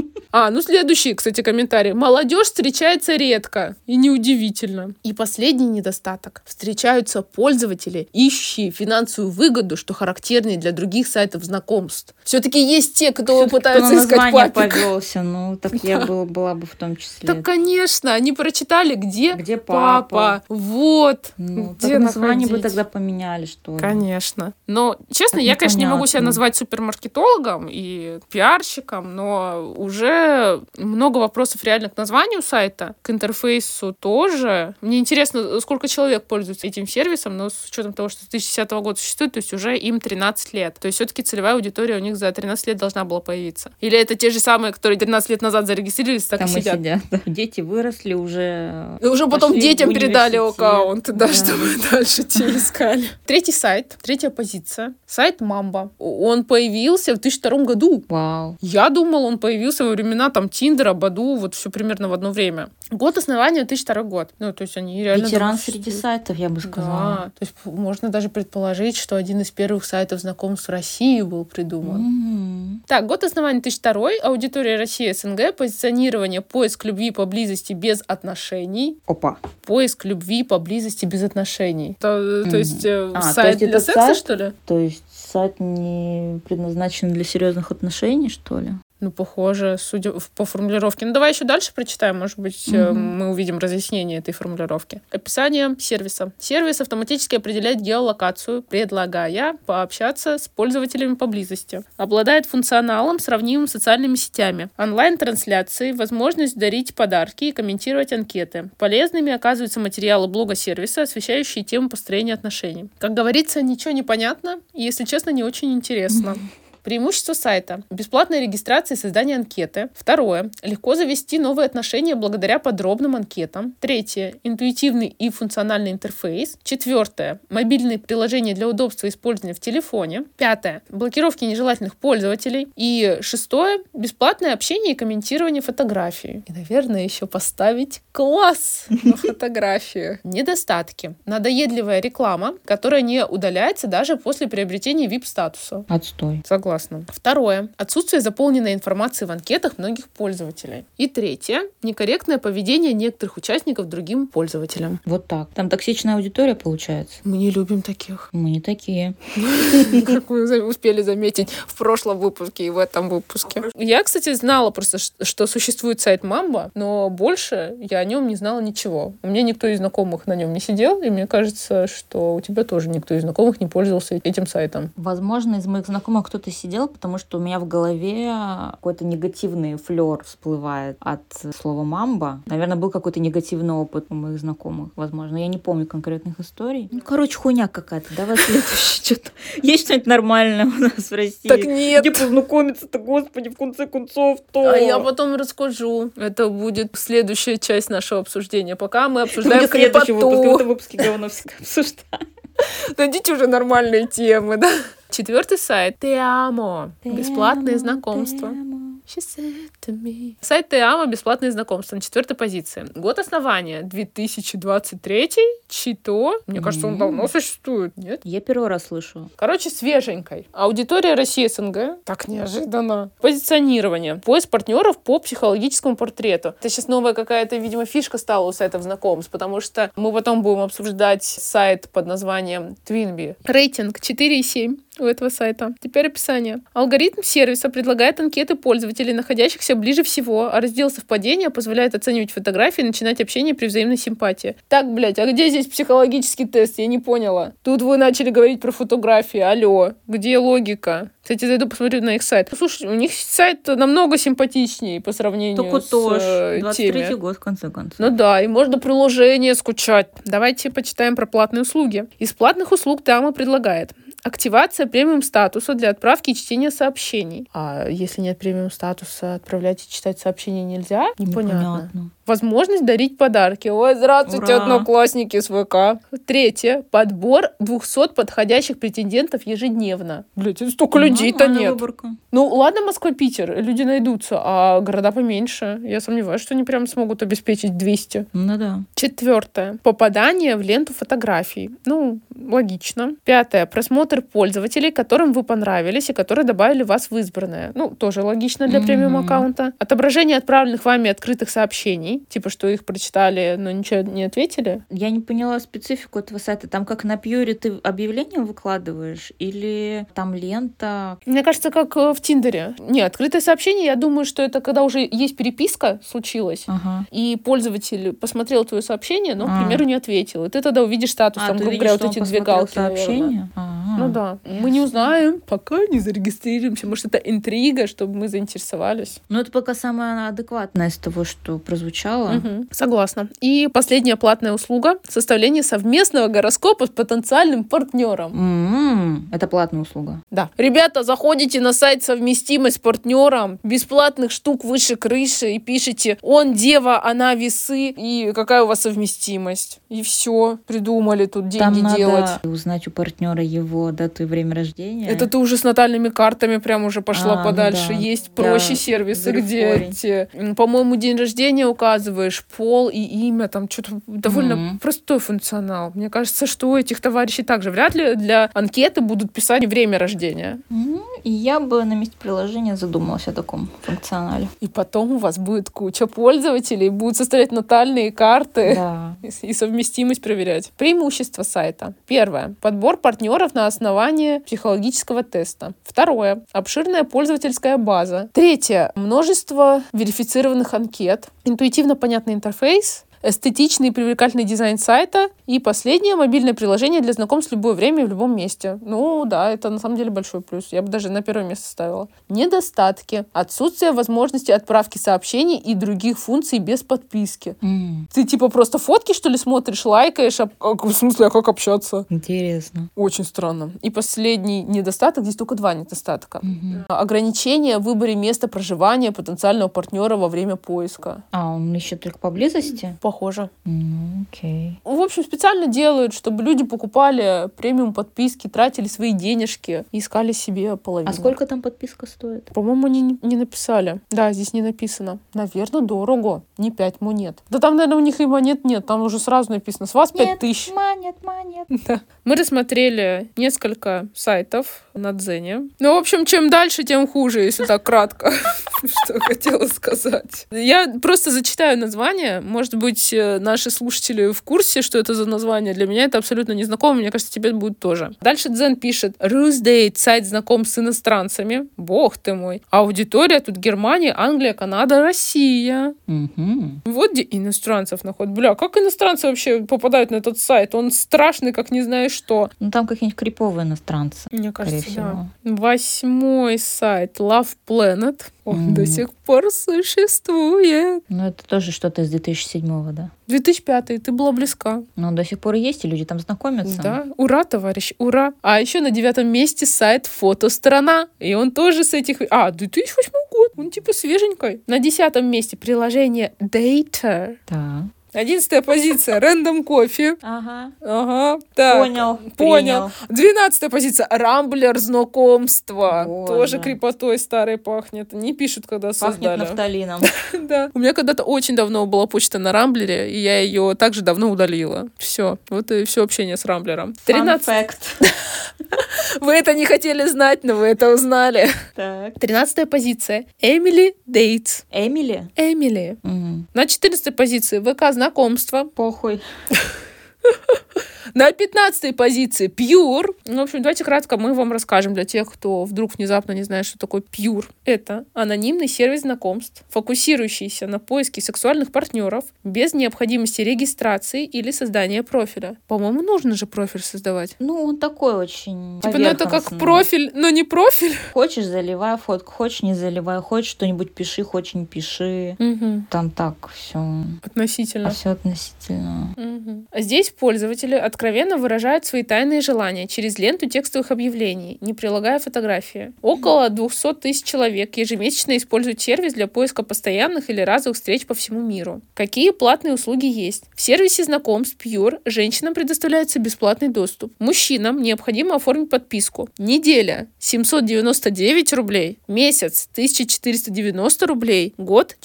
Ну следующий, кстати, комментарий. Молодежь встречается редко, и неудивительно. И последний недостаток. Встречаются пользователи, ищущие финансовую выгоду, что характернее для других сайтов знакомств. Все-таки есть те, кто пытаются искать папик. Повелся, ну так я была бы в том числе. Так, конечно, они прочитали, где папа. Вот. Ну, где так название бы находить. тогда поменяли, что ли. Конечно. Но, честно, Так я, конечно, не могу себя непонятно. назвать супермаркетологом и пиарщиком, но уже много вопросов реально к названию сайта, к интерфейсу тоже. Мне интересно, сколько человек пользуется этим сервисом, но с учетом того, что с 2010 года существует, то есть уже им 13 лет. То есть все-таки целевая аудитория у них за 13 лет должна была появиться. Или это те же самые, которые 13 лет назад зарегистрировались, так Там и и сидят. сидят. Дети выросли уже. И уже потом пошли детям в передали университет. аккаунт, да, Да. чтобы дальше те искали. Третий сайт, третья позиция. Сайт Мамба. Он появился в 2002 году. Вау. Я думала, он появился во времена там Тиндера, Баду, вот все примерно в одно время. Год основания 2002 год. Ну, то есть они реально... Ветеран давно среди существуют. сайтов, я бы сказала. Да, то есть можно даже предположить, что один из первых сайтов знакомств в России был придуман. Мгм. Так, год основания 2002, аудитория России, СНГ, позиционирование, поиск любви поблизости без отношений. Опа. Поиск любви поблизости без отношений. То есть то сайт есть для этот секса, сайт- что ли? То есть сайт не предназначен для серьезных отношений, что ли? Ну, похоже, судя по формулировке. Ну, давай еще дальше прочитаем, может быть, мы увидим разъяснение этой формулировки. Описание сервиса. Сервис автоматически определяет геолокацию, предлагая пообщаться с пользователями поблизости. Обладает функционалом, сравнимым с социальными сетями. Онлайн-трансляции, возможность дарить подарки и комментировать анкеты. Полезными оказываются материалы блога сервиса, освещающие тему построения отношений. Как говорится, ничего не понятно, и, если честно, не очень интересно. Преимущество сайта. Бесплатная регистрация и создание анкеты. Второе. Легко завести новые отношения благодаря подробным анкетам. Третье. Интуитивный и функциональный интерфейс. Четвертое. Мобильные приложения для удобства использования в телефоне. Пятое. Блокировки нежелательных пользователей. И шестое. Бесплатное общение и комментирование фотографий. И, наверное, еще поставить класс на фотографию. Недостатки. Надоедливая реклама, которая не удаляется даже после приобретения VIP-статуса. Отстой. Согласна. Второе. Отсутствие заполненной информации в анкетах многих пользователей. И третье. Некорректное поведение некоторых участников другим пользователям. Вот так. Там токсичная аудитория получается. Мы не любим таких. Мы не такие. Как вы успели заметить в прошлом выпуске и в этом выпуске. Я, кстати, знала просто, что существует сайт Мамба, но больше я о нем не знала ничего. У меня никто из знакомых на нем не сидел, и мне кажется, что у тебя тоже никто из знакомых не пользовался этим сайтом. Возможно, из моих знакомых кто-то сидел, потому что у меня в голове какой-то негативный флер всплывает от слова «мамба». Наверное, был какой-то негативный опыт у моих знакомых, возможно. Я не помню конкретных историй. Ну, короче, хуйня какая-то. Давай следующий. Что-то. Есть что-нибудь нормальное у нас в России? Так нет. Где познакомиться-то, господи, в конце концов, то... А я потом расскажу. Это будет следующая часть нашего обсуждения. Пока мы обсуждаем следующий выпуск. В крепоту. этом выпуске говно всегда обсуждаем. Найдите уже нормальные темы, да? Четвертый сайт. Теамо. Бесплатные знакомства. She said to me. Сайт Теама «Бесплатные знакомства» на 4-й позиции. Год основания 2023. Чито. Мне кажется, он давно существует, нет? Я первый раз слышу. Короче, свеженькой. Аудитория России СНГ. Так неожиданно. Позиционирование. Поиск партнеров по психологическому портрету. Это сейчас новая какая-то, видимо, фишка стала у сайтов знакомств, потому что мы потом будем обсуждать сайт под названием Twinbee. Рейтинг 4,7 у этого сайта. Теперь описание. Алгоритм сервиса предлагает анкеты пользователей, находящихся ближе всего, а раздел совпадения позволяет оценивать фотографии и начинать общение при взаимной симпатии. Так, блядь, а где здесь психологический тест? Я не поняла. Тут вы начали говорить про фотографии. Алло, где логика? Кстати, зайду посмотрю на их сайт. Слушай, у них сайт намного симпатичнее по сравнению Только с тоже. 23-й теми. год, в конце концов. Ну да, и можно приложение скачать. Давайте почитаем про платные услуги. Из платных услуг Теама предлагает активация премиум статуса для отправки и чтения сообщений. А если нет премиум статуса, отправлять и читать сообщения нельзя? Непонятно. Возможность дарить подарки. Ой, здравствуйте, Ура! одноклассники с ВК. 3. Подбор 200 подходящих претендентов ежедневно. Блять, столько людей-то нет. Выборка. Ну, ладно, Москва-Питер, люди найдутся, а города поменьше. Я сомневаюсь, что они прям смогут обеспечить 200. Ну да. 4. Попадание в ленту фотографий. Ну, логично. 5. Просмотр пользователей, которым вы понравились и которые добавили вас в избранное. Ну, тоже логично для премиум-аккаунта. Отображение отправленных вами открытых сообщений. Типа, что их прочитали, но ничего не ответили. Я не поняла специфику этого сайта. Там как на Пьюре ты объявление выкладываешь? Или там лента? Мне кажется, как в Тиндере. Не, открытое сообщение, я думаю, что это когда уже есть переписка, случилась, и пользователь посмотрел твое сообщение, но, к примеру, не ответил. И ты тогда увидишь статус, там, грубо говоря, вот эти две галки, сообщения? Ну да. Мы не узнаем, пока не зарегистрируемся. Может, это интрига, чтобы мы заинтересовались. Ну, это пока самое адекватное из того, что прозвучало. Согласна. И последняя платная услуга — составление совместного гороскопа с потенциальным партнером. Это платная услуга. Да. Ребята, заходите на сайт «Совместимость с партнером», бесплатных штук выше крыши, и пишите: он дева, она весы, и какая у вас совместимость. И все. Придумали тут деньги там делать. Надо узнать у партнера его дату и время рождения. Это ты уже с натальными картами прям уже пошла подальше. Ну да. Есть проще сервисы, где по-моему, день рождения указываешь, пол и имя, там что-то довольно простой функционал. Мне кажется, что у этих товарищей также вряд ли для анкеты будут писать время рождения. И я бы на месте приложения задумалась о таком функционале. И потом у вас будет куча пользователей, будут составлять натальные карты и совместимость проверять. Преимущества сайта. 1. Подбор партнеров на основании психологического теста. 2. Обширная пользовательская база. 3. Множество верифицированных анкет. Интуитивно понятный интерфейс. Эстетичный и привлекательный дизайн сайта. И последнее — мобильное приложение для знакомств в любое время и в любом месте. Ну да, это на самом деле большой плюс. Я бы даже на первое место ставила. Недостатки. Отсутствие возможности отправки сообщений и других функций без подписки. Ты типа просто фотки, что ли, смотришь, лайкаешь? В смысле, а как общаться? Интересно. Очень странно. И последний недостаток, здесь только 2 недостатка. Ограничение в выборе места проживания потенциального партнера во время поиска. А он еще только поблизости? Похоже. Окей. В общем, специально делают, чтобы люди покупали премиум подписки, тратили свои денежки и искали себе половину. А сколько там подписка стоит? По-моему, они не написали. Да, здесь не написано. Наверное, дорого. Не 5 монет. Да там, наверное, у них и монет нет. Там уже сразу написано: с вас 5000. Монет. Да. Мы рассмотрели несколько сайтов на Дзене. Ну, в общем, чем дальше, тем хуже, если так кратко. Что хотела сказать. Я просто зачитаю название. Может быть, наши слушатели в курсе, что это за название. Для меня это абсолютно незнакомо. Мне кажется, тебе будет тоже. Дальше Дзен пишет: Rusedate, сайт знакомств с иностранцами. Бог ты мой. Аудитория тут Германия, Англия, Канада, Россия. Вот где иностранцев находят. Бля, как иностранцы вообще попадают на этот сайт? Он страшный, как не знаю что. Ну, там какие-нибудь криповые иностранцы. Мне кажется, да. 8 сайт Love Planet. Он до сих пор существует. Ну, это тоже что-то из 2007-го, да? 2005, ты была близка. Но он до сих пор есть, и люди там знакомятся. Да, ура, товарищ, ура. А еще на 9 месте сайт Фотострана. И он тоже с этих... 2008 год. Он типа свеженький. На 10 месте приложение Data. Да. 11-я позиция. Random Coffee. Ага. Так. Понял. 12-я позиция. Рамблер знакомства. Боже. Тоже крепотой старой пахнет. Не пишут, когда создали. Пахнет нафталином. Да. У меня когда-то очень давно была почта на Рамблере, и я ее также давно удалила. Все. Вот и все общение с Рамблером. 13. Вы это не хотели знать, но вы это узнали. Так. 13-я позиция. Эмили Дейтс. Эмили? Эмили. Угу. На 14-й позиции ВК знакомства. Похуй. На 15-й позиции Pure. Ну, в общем, давайте кратко мы вам расскажем для тех, кто вдруг внезапно не знает, что такое Pure. Это анонимный сервис знакомств, фокусирующийся на поиске сексуальных партнеров без необходимости регистрации или создания профиля. По-моему, нужно же профиль создавать. Ну, он такой очень Типа, ну это как поверхностный. профиль, но не профиль. Хочешь, заливай фотку, хочешь, не заливай, хочешь что-нибудь пиши, хочешь, не пиши. Там так все. Относительно. Все относительно. А здесь пользователи откровенно выражают свои тайные желания через ленту текстовых объявлений, не прилагая фотографии. Около 200 тысяч человек ежемесячно используют сервис для поиска постоянных или разовых встреч по всему миру. Какие платные услуги есть? В сервисе знакомств Pure женщинам предоставляется бесплатный доступ. Мужчинам необходимо оформить подписку. Неделя — 799 рублей. Месяц — 1490 рублей. Год —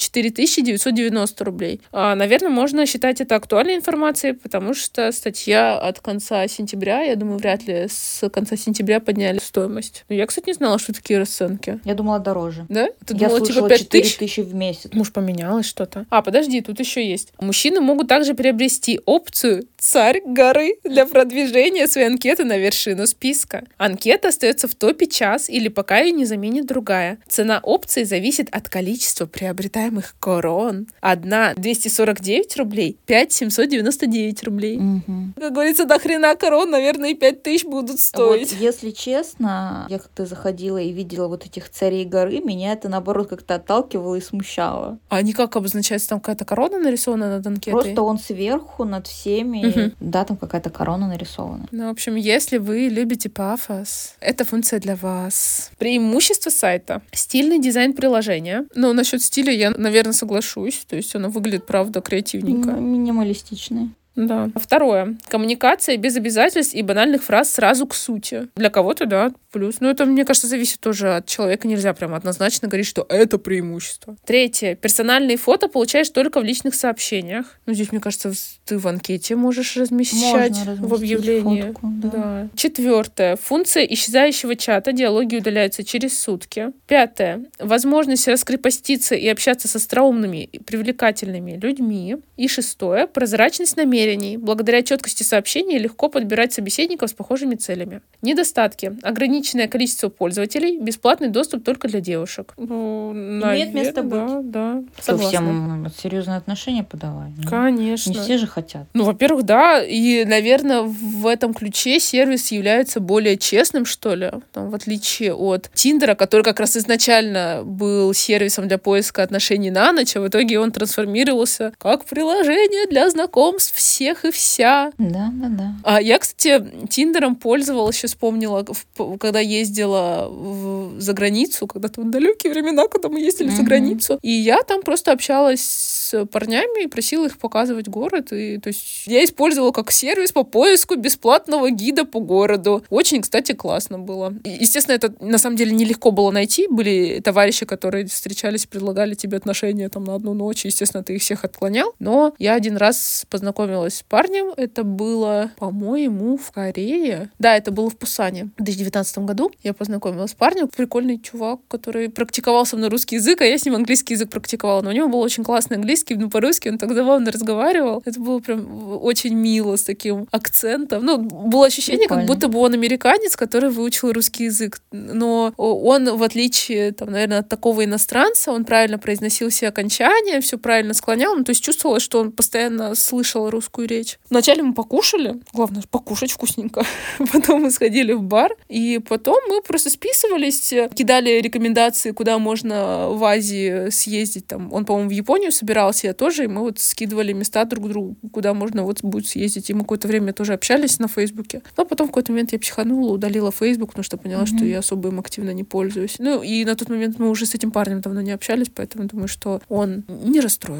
4990 рублей. Наверное, можно считать это актуальной информацией, потому что статья от конца сентября, я думаю, вряд ли с конца сентября подняли стоимость. Но я, кстати, не знала, что такие расценки. Я думала, дороже. Да? Ты Я думала, слышала, типа 5 4 тысяч? тысячи в месяц. Может, поменялось что-то? Подожди, тут еще есть. Мужчины могут также приобрести опцию «Царь горы» для продвижения своей анкеты на вершину списка. Анкета остается в топе час или пока ее не заменит другая. Цена опции зависит от количества приобретаемых корон. Одна — 249 рублей, 5 — 799 рублей. Как говорится, до хрена корон, наверное, и 5 тысяч будут стоить. Вот, если честно, я как-то заходила и видела вот этих царей горы, меня это, наоборот, как-то отталкивало и смущало. А они как обозначаются? Там какая-то корона нарисована над анкетой? Просто он сверху, над всеми. Да, там какая-то корона нарисована. Ну, в общем, если вы любите пафос, эта функция для вас. Преимущество сайта. Стильный дизайн приложения. Ну, насчет стиля я, наверное, соглашусь. То есть оно выглядит, правда, креативненько. Минималистичный. Да. Второе. Коммуникация без обязательств и банальных фраз сразу к сути. Для кого-то, да, плюс. Но это, мне кажется, зависит тоже от человека. Нельзя прям однозначно говорить, что это преимущество. Третье. Персональные фото получаешь только в личных сообщениях. Ну, здесь, мне кажется, ты в анкете можешь размещать в объявлении. Фотку, да. Четвертое. Функция исчезающего чата. Диалоги удаляются через сутки. Пятое. Возможность раскрепоститься и общаться с остроумными и привлекательными людьми. И шестое. Прозрачность намерений. Благодаря четкости сообщений легко подбирать собеседников с похожими целями. Недостатки. Ограниченное количество пользователей, бесплатный доступ только для девушек. Ну, имеет место быть. Да. Что, всем серьезные отношения подавать? Конечно. Не все же хотят. Ну, во-первых, да, и, наверное, в этом ключе сервис является более честным, что ли, там, в отличие от Тиндера, который как раз изначально был сервисом для поиска отношений на ночь, а в итоге он трансформировался как приложение для знакомств всех и вся. Да. Я, кстати, Тиндером пользовалась, сейчас вспомнила, когда ездила за границу, когда-то в далекие времена, когда мы ездили за границу, и я там просто общалась с парнями и просила их показывать город, и, то есть, я использовала как сервис по поиску бесплатного гида по городу. Очень, кстати, классно было. И, естественно, это на самом деле нелегко было найти. Были товарищи, которые встречались, предлагали тебе отношения там на одну ночь, и, естественно, ты их всех отклонял. Но я один раз познакомилась с парнем. Это было, по-моему, в Корее. Да, это было в Пусане. В 2019 году я познакомилась с парнем. Прикольный чувак, который практиковал со мной русский язык, а я с ним английский язык практиковала. Но у него был очень классный английский, но по-русски он так забавно разговаривал. Это было прям очень мило, с таким акцентом. Ну, было ощущение, прикольно. как будто бы он американец, который выучил русский язык. Но он, в отличие, там, наверное, от такого иностранца, он правильно произносил все окончания, все правильно склонял. Ну, то есть чувствовалось, что он постоянно слышал русскую речь. Вначале мы покушали. Главное, покушать вкусненько. Потом мы сходили в бар. И потом мы просто списывались, кидали рекомендации, куда можно в Азии съездить. Там, он, по-моему, в Японию собирался, я тоже. И мы вот скидывали места друг другу, куда можно вот будет съездить. И мы какое-то время тоже общались на Фейсбуке. Но потом в какой-то момент я психанула, удалила Фейсбук, потому что поняла, что я особо им активно не пользуюсь. Ну, и на тот момент мы уже с этим парнем давно не общались, поэтому думаю, что он не расстроился.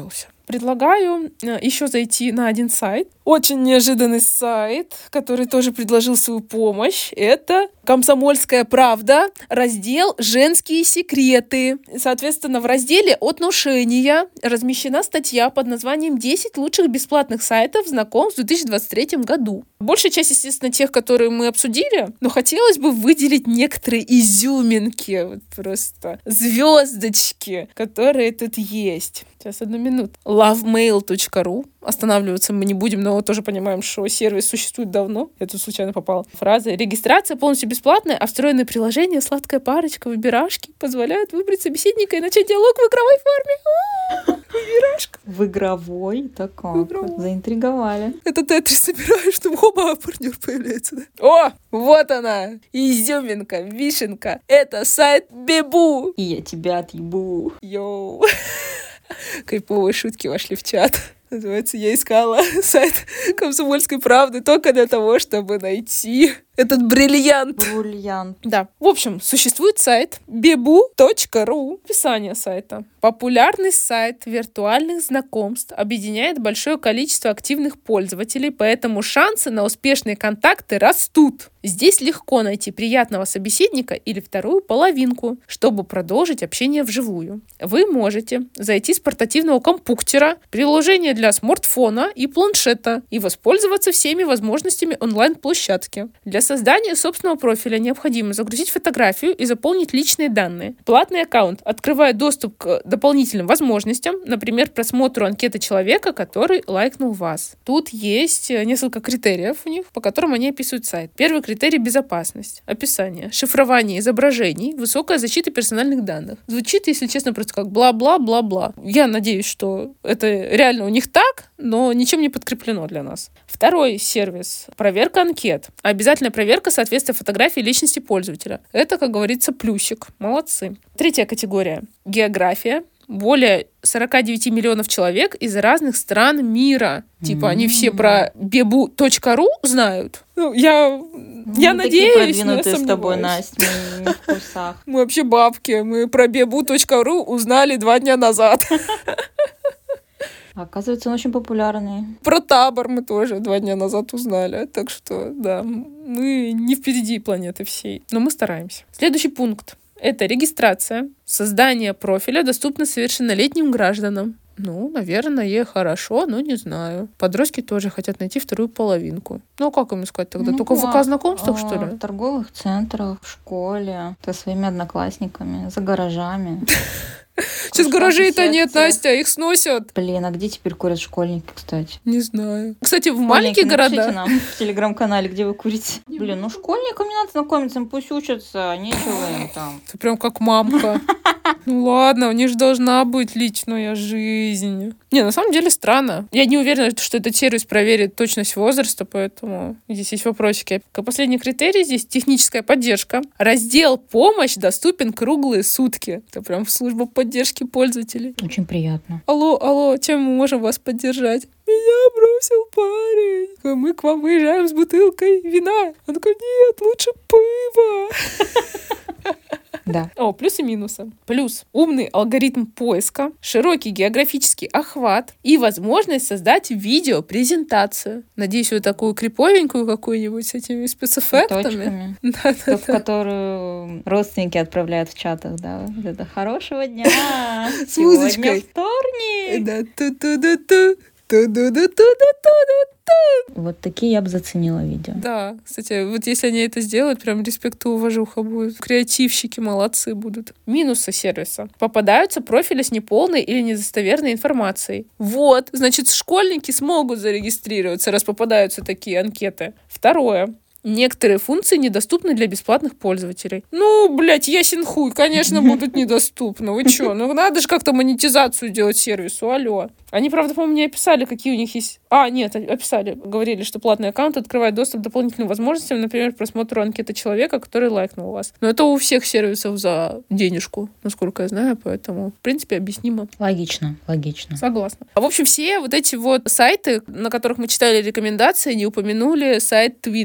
предлагаю еще зайти на один сайт. Очень неожиданный сайт, который тоже предложил свою помощь. Это «Комсомольская правда», раздел «Женские секреты». Соответственно, в разделе «Отношения» размещена статья под названием «10 лучших бесплатных сайтов знакомств в 2023 году». Большая часть, естественно, тех, которые мы обсудили, но хотелось бы выделить некоторые изюминки, вот просто звездочки, которые тут есть. Сейчас, 1 минуту. lovemail.ru. Останавливаться мы не будем, но тоже понимаем, что сервис существует давно. Я тут случайно попала. Фраза: регистрация полностью бесплатная, а встроенное приложение «Сладкая парочка» выбирашки позволяют выбрать собеседника и начать диалог в игровой форме. Выбирашка. В игровой? Так как? Заинтриговали. Это Тетрис собираешь, чтобы оба партнер появляется. Да? О, вот она, изюминка, вишенка. Это сайт Бебу. И я тебя отъебу. Йоу. Кайповые шутки вошли в чат. Называется, я искала сайт «Комсомольской правды» только для того, чтобы найти этот бриллиант. Бриллиант. Да. В общем, существует сайт bebu.ru. Описание сайта. Популярный сайт виртуальных знакомств объединяет большое количество активных пользователей, поэтому шансы на успешные контакты растут. Здесь легко найти приятного собеседника или вторую половинку, чтобы продолжить общение вживую. Вы можете зайти с портативного компьютера, приложения для смартфона и планшета и воспользоваться всеми возможностями онлайн-площадки. Для создания собственного профиля необходимо загрузить фотографию и заполнить личные данные. Платный аккаунт открывает доступ к дополнительным возможностям, например, просмотру анкеты человека, который лайкнул вас. Тут есть несколько критериев у них, по которым они описывают сайт. Первый критерий — безопасность. Описание. Шифрование изображений, высокая защита персональных данных. Звучит, если честно, просто как бла-бла-бла-бла. Я надеюсь, что это реально у них так, но ничем не подкреплено для нас. Второй сервис — проверка анкет. Обязательная проверка соответствия фотографии личности пользователя. Это, как говорится, плюсик. Молодцы. Третья категория — география. Более 49 миллионов человек из разных стран мира. Типа они все про bebu.ru знают. Ну, я надеюсь, продвинутые но я с тобой, сомневаюсь. Настя, мы не в курсах. Мы вообще бабки. Мы про bebu.ru узнали 2 дня назад. Оказывается, он очень популярный. Про табор мы тоже 2 дня назад узнали. Так что, да, мы не впереди планеты всей. Но мы стараемся. Следующий пункт. Это регистрация. Создание профиля доступно совершеннолетним гражданам. Ну, наверное, хорошо, но не знаю. Подростки тоже хотят найти вторую половинку. Ну, а как им искать тогда? Только в ВК-знакомствах, что ли? В торговых центрах, в школе, со своими одноклассниками, за гаражами. Сейчас гаражей-то нет, Настя, их сносят. Блин, а где теперь курят школьники, кстати? Не знаю. Кстати, в маленьких городах... Напишите нам в телеграм-канале, где вы курите. Блин, ну школьникам не надо знакомиться, им пусть учатся, нечего им там. Ты прям как мамка. Ну ладно, у них же должна быть личная жизнь. Не, на самом деле странно. Я не уверена, что этот сервис проверит точность возраста, поэтому здесь есть вопросики. Как последний критерий здесь техническая поддержка. Раздел «Помощь» доступен круглые сутки. Это прям служба поддержки пользователей. Очень приятно. Алло, чем мы можем вас поддержать? Меня бросил парень. Мы к вам выезжаем с бутылкой вина. Он такой: нет, лучше пиво. Да. О, плюсы и минусы. Плюс: умный алгоритм поиска, широкий географический охват и возможность создать видеопрезентацию. Надеюсь, вы такую криповенькую какую-нибудь с этими спецэффектами. Да. В которую родственники отправляют в чатах, да. Вот это «Хорошего дня! С музычкой. Вторник!» Да, ту-ту-ду-ту. Вот такие я бы заценила видео. Да, кстати, вот если они это сделают, прям респект и уважуха будет. Креативщики молодцы будут. Минусы сервиса. Попадаются профили с неполной или недостоверной информацией. Вот, значит, школьники смогут зарегистрироваться, раз попадаются такие анкеты. Второе. Некоторые функции недоступны для бесплатных пользователей. Ну, блядь, ясен хуй, конечно, будут недоступны. Вы чё? Ну, надо же как-то монетизацию делать сервису, алло. Они, правда, по-моему, не описали, какие у них есть... Нет, описали. Говорили, что платный аккаунт открывает доступ к дополнительным возможностям, например, просмотру анкеты человека, который лайкнул вас. Но это у всех сервисов за денежку, насколько я знаю, поэтому, в принципе, объяснимо. Логично. Согласна. В общем, все вот эти вот сайты, на которых мы читали рекомендации, не упомянули сайт Twinbee.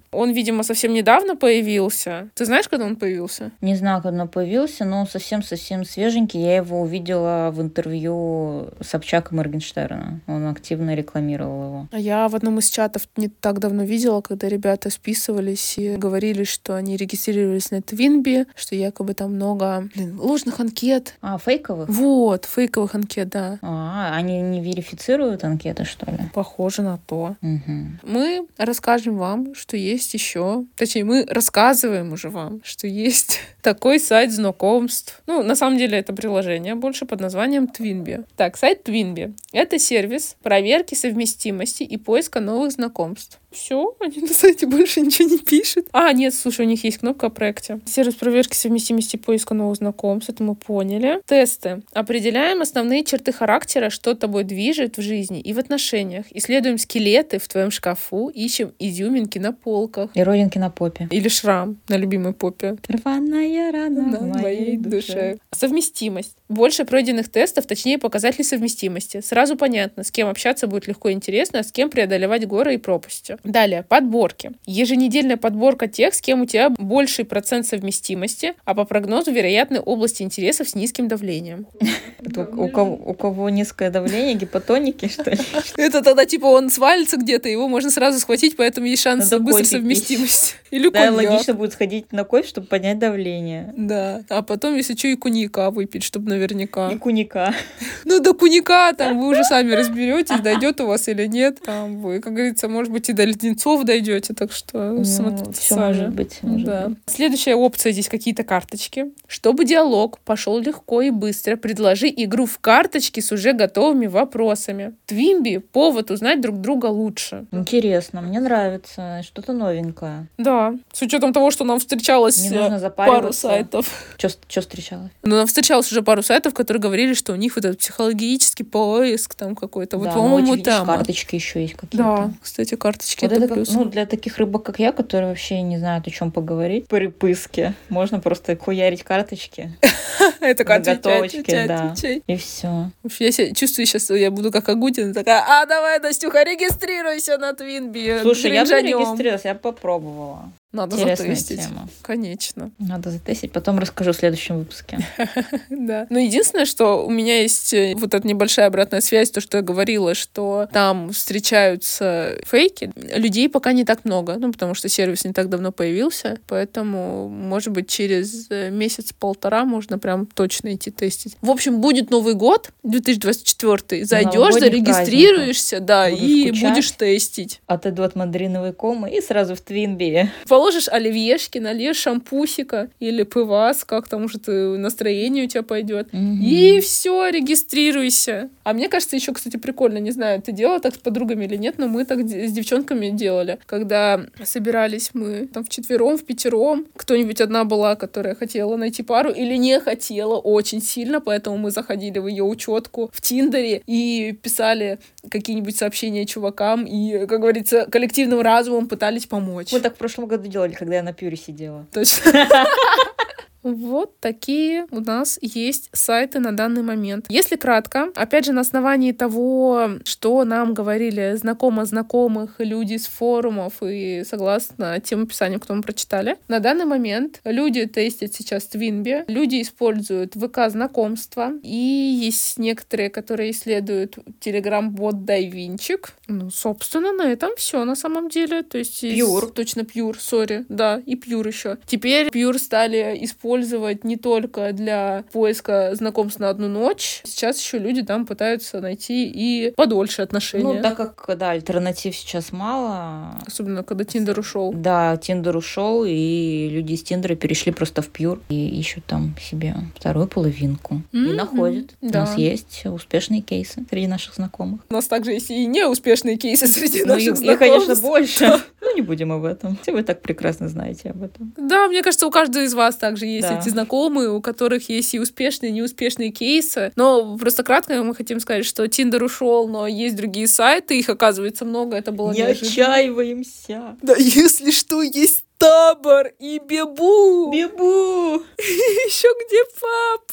Он, видимо, совсем недавно появился. Ты знаешь, когда он появился? Не знаю, когда он появился, но совсем-совсем свеженький. Я его увидела в интервью Собчака Моргенштерна. Он активно рекламировал его. А я в одном из чатов не так давно видела, когда ребята списывались и говорили, что они регистрировались на Твинби, что якобы там много ложных анкет. Фейковых? Вот, фейковых анкет, да. Они не верифицируют анкеты, что ли? Похоже на то. Угу. Мы расскажем вам, что есть еще. Точнее, мы рассказываем уже вам, что есть такой сайт знакомств. На самом деле, это приложение больше под названием Twinbee. Так, сайт Twinbee — это сервис проверки совместимости и поиска новых знакомств. Все, они на сайте больше ничего не пишут. Нет, слушай, у них есть кнопка о проекте. Сервис проверки совместимости и поиска новых знакомств, это мы поняли. Тесты. Определяем основные черты характера, что тобой движет в жизни и в отношениях. Исследуем скелеты в твоем шкафу, ищем изюминки на полках. И родинки на попе. Или шрам на любимой попе. Рваная рана в моей душе. Совместимость. Больше пройденных тестов, точнее показателей совместимости. Сразу понятно, с кем общаться будет легко и интересно, а с кем преодолевать горы и пропасти. Далее, подборки. Еженедельная подборка тех, с кем у тебя больший процент совместимости, а по прогнозу вероятны области интересов с низким давлением. У кого низкое давление, гипотоники, что ли? Это тогда типа он свалится где-то, его можно сразу схватить, поэтому есть шанс быстрой совместимости. Или коньяк. Да, логично будет сходить на кофе, чтобы поднять давление. Да, а потом, если что, и коньяка выпить, чтобы наверняка. И коньяка. До коньяка там вы уже сами разберетесь, дойдет у вас или нет. Там вы, как говорится, может быть, и до леденцов дойдете, так что смотрите все сами. может быть. Может быть. Следующая опция здесь какие-то карточки. Чтобы диалог пошел легко и быстро, предложи игру в карточки с уже готовыми вопросами. Twinbee — повод узнать друг друга лучше. Интересно, мне нравится. Что-то новенькое. Да, с учетом того, что нам встречалось пару сайтов. Что встречалось? Нам встречалось уже пару сайтов, которые говорили, что у них вот этот психологический поиск там какой-то. Да, вот, по-моему, там. Карточки еще есть какие-то. Да, кстати, карточки вот это плюс. Для таких рыбок, как я, которые вообще не знают, о чем поговорить, переписки, можно просто хуярить карточки. Это заготовочки, да. И все. Я себя чувствую сейчас, я буду как Агутина, такая: давай, Настюха, регистрируйся на Twinbee. Слушай, я бы регистрировалась, я бы попробовала. Надо интересная затестить. Тема. Конечно. Надо затестить, потом расскажу в следующем выпуске. Да. Но единственное, что у меня есть вот эта небольшая обратная связь, то, что я говорила, что там встречаются фейки. Людей пока не так много, потому что сервис не так давно появился, поэтому, может быть, через месяц-полтора можно прям точно идти тестить. В общем, будет Новый год, 2024, зайдешь, зарегистрируешься, да, и будешь тестить. Отойду от мандариновой комы и сразу в Twinbee. Положишь оливьешки, нальешь шампусика или пивас, как там уже настроение у тебя пойдет. И все, регистрируйся. А мне кажется, еще, кстати, прикольно, не знаю, ты делала так с подругами или нет, но мы так с девчонками делали. Когда собирались мы там вчетвером, впятером, кто-нибудь одна была, которая хотела найти пару или не хотела очень сильно, поэтому мы заходили в ее учетку в Тиндере и писали какие-нибудь сообщения чувакам и, как говорится, коллективным разумом пытались помочь. Мы так в прошлом году делали, когда я на Пюре сидела. Точно. Вот такие у нас есть сайты на данный момент. Если кратко, опять же, на основании того, что нам говорили знакомых, люди с форумов и согласно тем описаниям, кто мы прочитали, на данный момент люди тестят сейчас Twinbee, люди используют ВК-знакомства, и есть некоторые, которые исследуют Telegram-бот Дайвинчик. Собственно, на этом все на самом деле. То есть Pure. Точно Pure, сори. Да, и Pure еще. Теперь Pure стали использовать не только для поиска знакомств на одну ночь. Сейчас еще люди там пытаются найти и подольше отношения. Так как, да, альтернатив сейчас мало. Особенно, когда Тиндер ушел. Да, Тиндер ушел, и люди из Тиндера перешли просто в Pure и ищут там себе вторую половинку. И находят. Да. У нас есть успешные кейсы среди наших знакомых. У нас также есть и неуспешные кейсы среди наших знакомств. Их, конечно, больше. Не будем об этом. Все вы так прекрасно знаете об этом. Да, мне кажется, у каждого из вас также есть эти знакомые, у которых есть и успешные, и неуспешные кейсы. Но просто кратко мы хотим сказать, что Тиндер ушел, но есть другие сайты, их оказывается много, это было неожиданно. Не отчаиваемся. Да, если что, есть Табор и Бебу. Бебу! Еще где папа?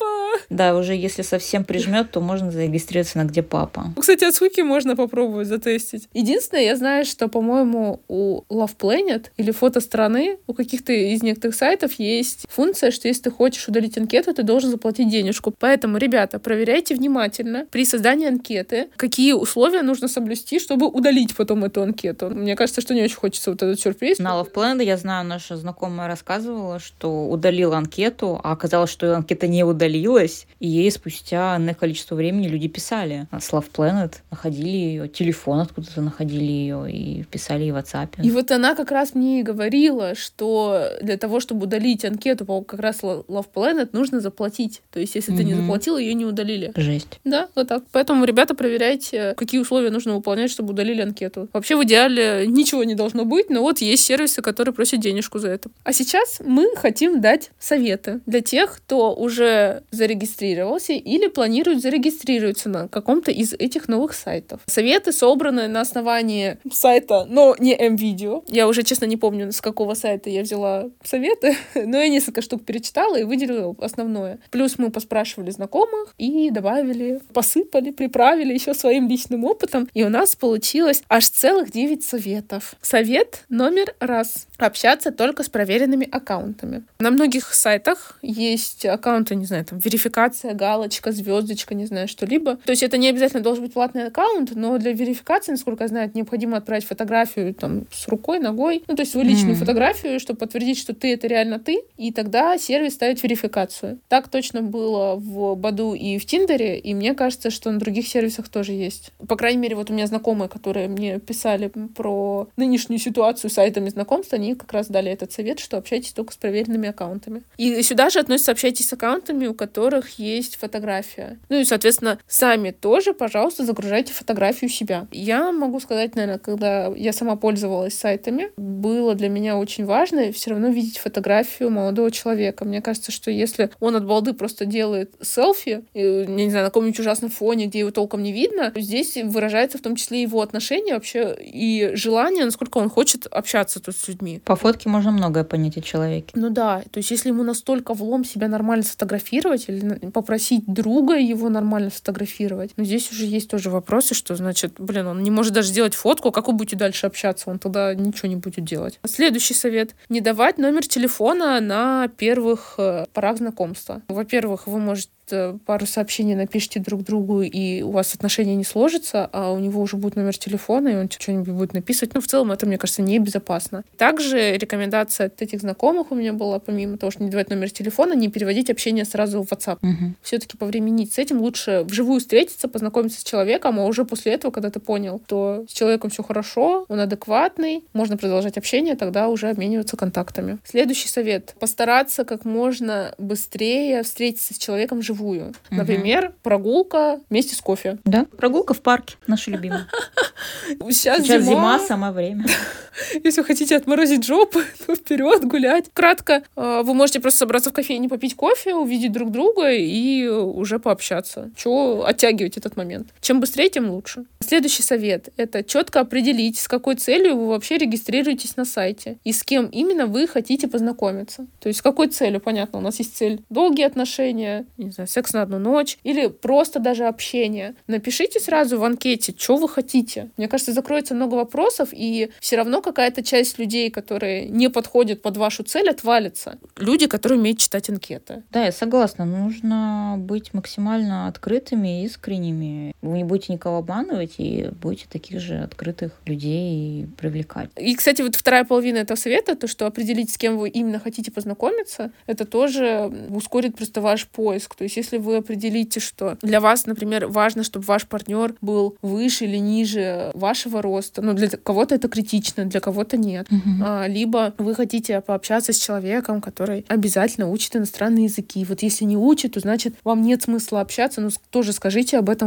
Да, уже если совсем прижмет, то можно зарегистрироваться на «Где папа?». Кстати, от скуки можно попробовать затестить. Единственное, я знаю, что, по-моему, у Love Planet или фото страны у каких-то из некоторых сайтов есть функция, что если ты хочешь удалить анкету, ты должен заплатить денежку. Поэтому, ребята, проверяйте внимательно при создании анкеты, какие условия нужно соблюсти, чтобы удалить потом эту анкету. Мне кажется, что не очень хочется вот этот сюрприз. На Love Planet, я знаю, наша знакомая рассказывала, что удалила анкету, а оказалось, что анкета не удалилась, и ей спустя энное количество времени люди писали с Love Planet, находили ее, телефон откуда-то находили ее и писали ей в WhatsApp. И вот она как раз мне и говорила, что для того, чтобы удалить анкету по как раз Love Planet, нужно заплатить. То есть, если ты не заплатил, ее не удалили. Жесть. Да, вот так. Поэтому, ребята, проверяйте, какие условия нужно выполнять, чтобы удалили анкету. Вообще, в идеале ничего не должно быть, но вот есть сервисы, которые просят денежку за это. А сейчас мы хотим дать советы для тех, кто уже зарегистрировался или планирует зарегистрироваться на каком-то из этих новых сайтов. Советы собраны на основании сайта, но не MVideo. Я уже, честно, не помню, с какого сайта я взяла советы, но я несколько штук перечитала и выделила основное. Плюс мы поспрашивали знакомых и добавили, посыпали, приправили еще своим личным опытом, и у нас получилось аж целых 9 советов. Совет номер 1. Общаться только с проверенными аккаунтами. На многих сайтах есть аккаунты, не знаю, там, верификация, галочка, звездочка, не знаю, что-либо. То есть это не обязательно должен быть платный аккаунт, но для верификации, насколько я знаю, необходимо отправить фотографию там с рукой, ногой, ну, то есть свою личную фотографию, чтобы подтвердить, что ты — это реально ты, и тогда сервис ставит верификацию. Так точно было в Баду и в Тиндере, и мне кажется, что на других сервисах тоже есть. По крайней мере, вот у меня знакомые, которые мне писали про нынешнюю ситуацию с сайтами знакомств, они как раз дали этот совет, что общайтесь только с проверенными аккаунтами. И сюда же относится общайтесь с аккаунтами, у которых есть фотография. Ну и, соответственно, сами тоже, пожалуйста, загружайте фотографию себя. Я могу сказать, наверное, когда я сама пользовалась сайтами, было для меня очень важно все равно видеть фотографию молодого человека. Мне кажется, что если он от балды просто делает селфи, не знаю, на каком-нибудь ужасном фоне, где его толком не видно, здесь выражается в том числе его отношение вообще и желание, насколько он хочет общаться тут с людьми. По фотке можно многое понять о человеке. Ну да, то есть если ему настолько влом себя нормально сфотографировать или попросить друга его нормально сфотографировать, но здесь уже есть тоже вопросы, что значит, он не может даже сделать фотку, как вы будете дальше общаться, он тогда ничего не будет делать. Следующий совет. Не давать номер телефона на первых порах знакомства. Во-первых, вы можете пару сообщений напишите друг другу, и у вас отношения не сложатся, а у него уже будет номер телефона, и он что-нибудь будет написывать. Ну, в целом, это, мне кажется, небезопасно. Также рекомендация от этих знакомых у меня была, помимо того, что не давать номер телефона, не переводить общение сразу в WhatsApp. Все-таки повременить с этим. Лучше вживую встретиться, познакомиться с человеком, а уже после этого, когда ты понял, что с человеком все хорошо, он адекватный, можно продолжать общение, тогда уже обмениваться контактами. Следующий совет. Постараться как можно быстрее встретиться с человеком вживую. Например, прогулка вместе с кофе. Да, прогулка в парке, наша любимая. Сейчас зима, самое время. Если вы хотите отморозить жопу, то вперед гулять. Кратко, вы можете просто собраться в кофейне, попить кофе, увидеть друг друга и уже пообщаться. Чего оттягивать этот момент? Чем быстрее, тем лучше. Следующий совет — это четко определить, с какой целью вы вообще регистрируетесь на сайте и с кем именно вы хотите познакомиться. То есть с какой целью? Понятно, у нас есть цель долгие отношения, не знаю, секс на одну ночь или просто даже общение. Напишите сразу в анкете, что вы хотите. Мне кажется, закроется много вопросов, и все равно какая-то часть людей, которые не подходят под вашу цель, отвалится. Люди, которые умеют читать анкеты. Да, я согласна. Нужно быть максимально открытыми и искренними. Вы не будете никого обманывать и будете таких же открытых людей привлекать. И, кстати, вот вторая половина этого совета, то, что определить, с кем вы именно хотите познакомиться, это тоже ускорит просто ваш поиск. То есть если вы определите, что для вас, например, важно, чтобы ваш партнер был выше или ниже вашего роста, ну, для кого-то это критично, для кого-то нет. Либо вы хотите пообщаться с человеком, который обязательно учит иностранные языки. Вот если не учит, то значит вам нет смысла общаться, но тоже скажите об этом в анкете.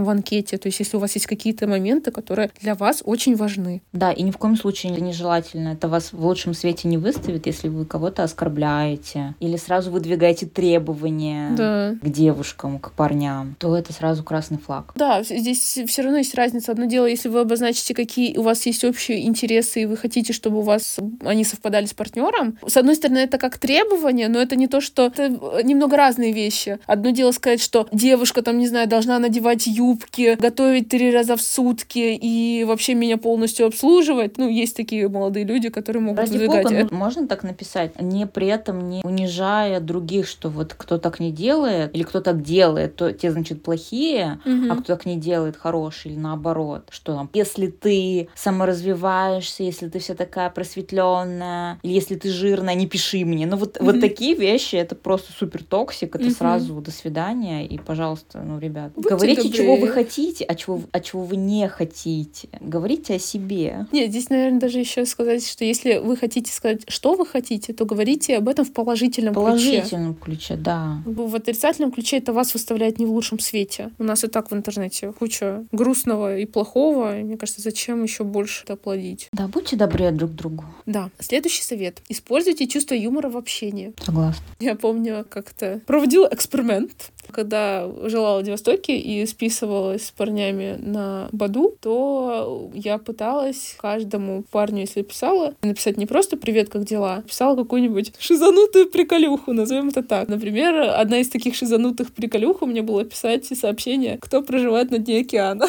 говорите. То есть если у вас есть какие-то моменты, которые для вас очень важны. Да, и ни в коем случае это нежелательно. Это вас в лучшем свете не выставит, если вы кого-то оскорбляете или сразу выдвигаете требования к девушкам, к парням, то это сразу красный флаг. Да, здесь все равно есть разница. Одно дело, если вы обозначите, какие у вас есть общие интересы, и вы хотите, чтобы у вас они совпадали с партнером. С одной стороны, это как требование, но это не то, что... Это немного разные вещи. Одно дело сказать, что девушка, там, не знаю, должна надевать юбки, готовить 3 раза в сутки и вообще меня полностью обслуживать. Ну, есть такие молодые люди, которые могут выдвигать. Ради бога, можно так написать, не при этом не унижая других, что вот кто так не делает, или кто так делает, то те, значит, плохие, а кто так не делает, хороший, или наоборот. Что там, если ты саморазвиваешься, если ты вся такая просветленная, или если ты жирная, не пиши мне. Ну, вот такие вещи, это просто супер токсик, это сразу до свидания, и, пожалуйста, ну, ребят, будьте говорите, добрее. Чего вы хотите, а чего вы не хотите. Говорите о себе. Нет, здесь, наверное, даже еще сказать, что если вы хотите сказать, что вы хотите, то говорите об этом в положительном ключе. В положительном ключе, да. В отрицательном ключе это вас выставляет не в лучшем свете. У нас и так в интернете куча грустного и плохого, и мне кажется, зачем еще больше это плодить? Да, будьте добрее друг к другу. Да. Следующий совет. Используйте чувство юмора в общении. Согласна. Я помню, как-то проводила эксперимент. Когда жила в Владивостоке и списывалась с парнями на Баду, то я пыталась каждому парню, если писала, написать не просто «Привет, как дела?», писала какую-нибудь шизанутую приколюху, назовем это так. Например, одна из таких шизанутых приколюх у меня было писать сообщение «Кто проживает на дне океана?».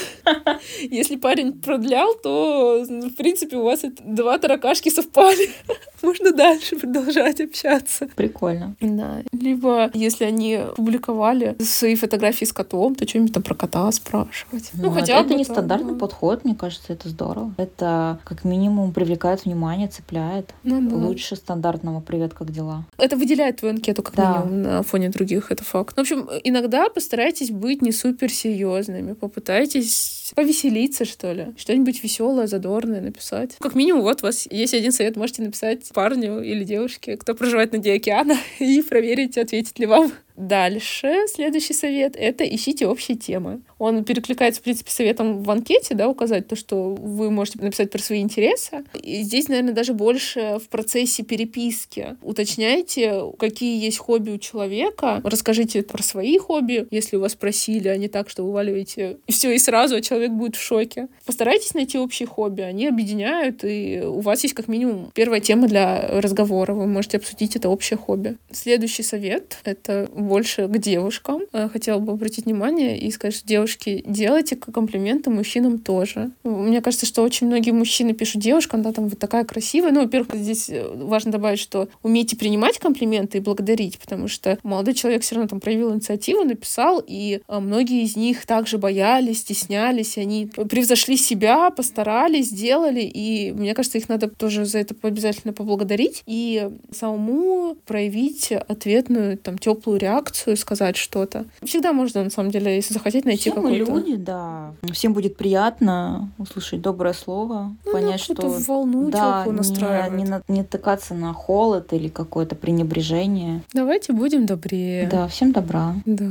Если парень продлял, то, в принципе, у вас 2 таракашки совпали. Можно дальше продолжать общаться. Прикольно. Да. Либо, если они публиковали свои фотографии с котом, то что-нибудь там про кота спрашивать. Ну, хотя это не стандартный подход, мне кажется, это здорово. Это как минимум привлекает внимание, цепляет. Лучше стандартного «Привет, как дела?». Это выделяет твою анкету как минимум на фоне других, это факт. В общем, иногда постарайтесь быть не суперсерьезными, попытайтесь повеселиться, что ли. Что-нибудь веселое, задорное написать. Как минимум, вот у вас есть один совет, можете написать парню или девушке, кто проживает на дне океана, и проверить, ответит ли вам. Дальше следующий совет — это ищите общие темы. Он перекликается, в принципе, советом в анкете, да, указать то, что вы можете написать про свои интересы. И здесь, наверное, даже больше в процессе переписки. Уточняйте, какие есть хобби у человека, расскажите про свои хобби, если у вас спросили, а не так, что вываливаете и все, и сразу, а человек будет в шоке. Постарайтесь найти общие хобби, они объединяют, и у вас есть как минимум первая тема для разговора, вы можете обсудить это общее хобби. Следующий совет — это больше к девушкам. Хотела бы обратить внимание и сказать, что девушки, делайте комплименты мужчинам тоже. Мне кажется, что очень многие мужчины пишут девушкам, да, там, вы такая красивая. Ну, во-первых, здесь важно добавить, что умейте принимать комплименты и благодарить, потому что молодой человек все равно там проявил инициативу, написал, и многие из них также боялись, стеснялись, и они превзошли себя, постарались, сделали, и мне кажется, их надо тоже за это обязательно поблагодарить и самому проявить ответную, там, теплую реакцию, сказать что-то. Всегда можно, на самом деле, если захотеть, найти все какой-то... мы люди, да. Всем будет приятно услышать доброе слово, понять, что... в волну теплую настраивать. Не натыкаться на холод или какое-то пренебрежение. Давайте будем добрее. Да, всем добра. Да.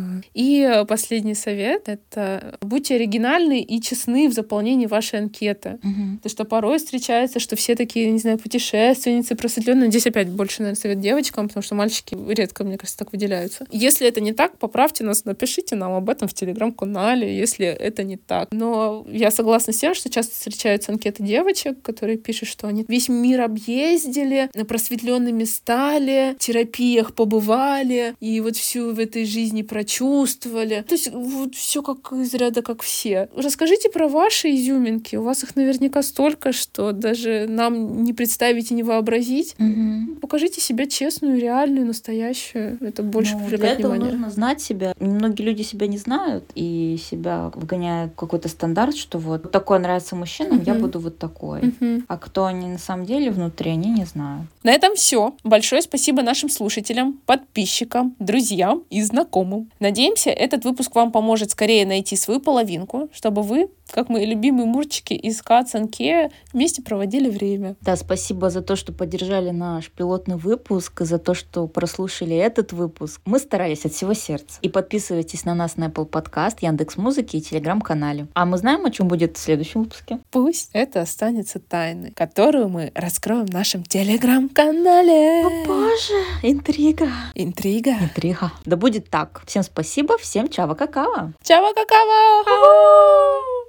И последний совет — это будьте оригинальны и честны в заполнении вашей анкеты. Потому что порой встречается, что все такие, не знаю, путешественницы, просветленные. Здесь опять больше, наверное, совет девочкам, потому что мальчики редко, мне кажется, так выделяются. Если это не так, поправьте нас, напишите нам об этом в Телеграм-канале, если это не так. Но я согласна с тем, что часто встречаются анкеты девочек, которые пишут, что они весь мир объездили, просветленными стали, в терапиях побывали, и вот всю в этой жизни прочувствовали. То есть вот все как из ряда, как все. Расскажите про ваши изюминки. У вас их наверняка столько, что даже нам не представить и не вообразить. Покажите себя честную, реальную, настоящую. Это больше привлекает для этого внимание. нужно знать себя. Многие люди себя не знают и себя вгоняют в какой-то стандарт, что вот такое нравится мужчинам, я буду вот такой. А кто они на самом деле внутри, они не знают. На этом все. Большое спасибо нашим слушателям, подписчикам, друзьям и знакомым. Надеемся, этот выпуск вам поможет скорее найти свою половинку, чтобы вы, как мои любимые мурчики из Кацанке, вместе проводили время. Да, спасибо за то, что поддержали наш пилотный выпуск, за то, что прослушали этот выпуск. Мы старались от всего сердца. И подписывайтесь на нас на Apple Podcast, Яндекс.Музыке и Телеграм-канале. А мы знаем, о чем будет в следующем выпуске? Пусть это останется тайной, которую мы раскроем в нашем Телеграм-канале. О боже, интрига. Интрига. Интрига. Да будет так. Всем спасибо, всем чава-какао. Чава-какао!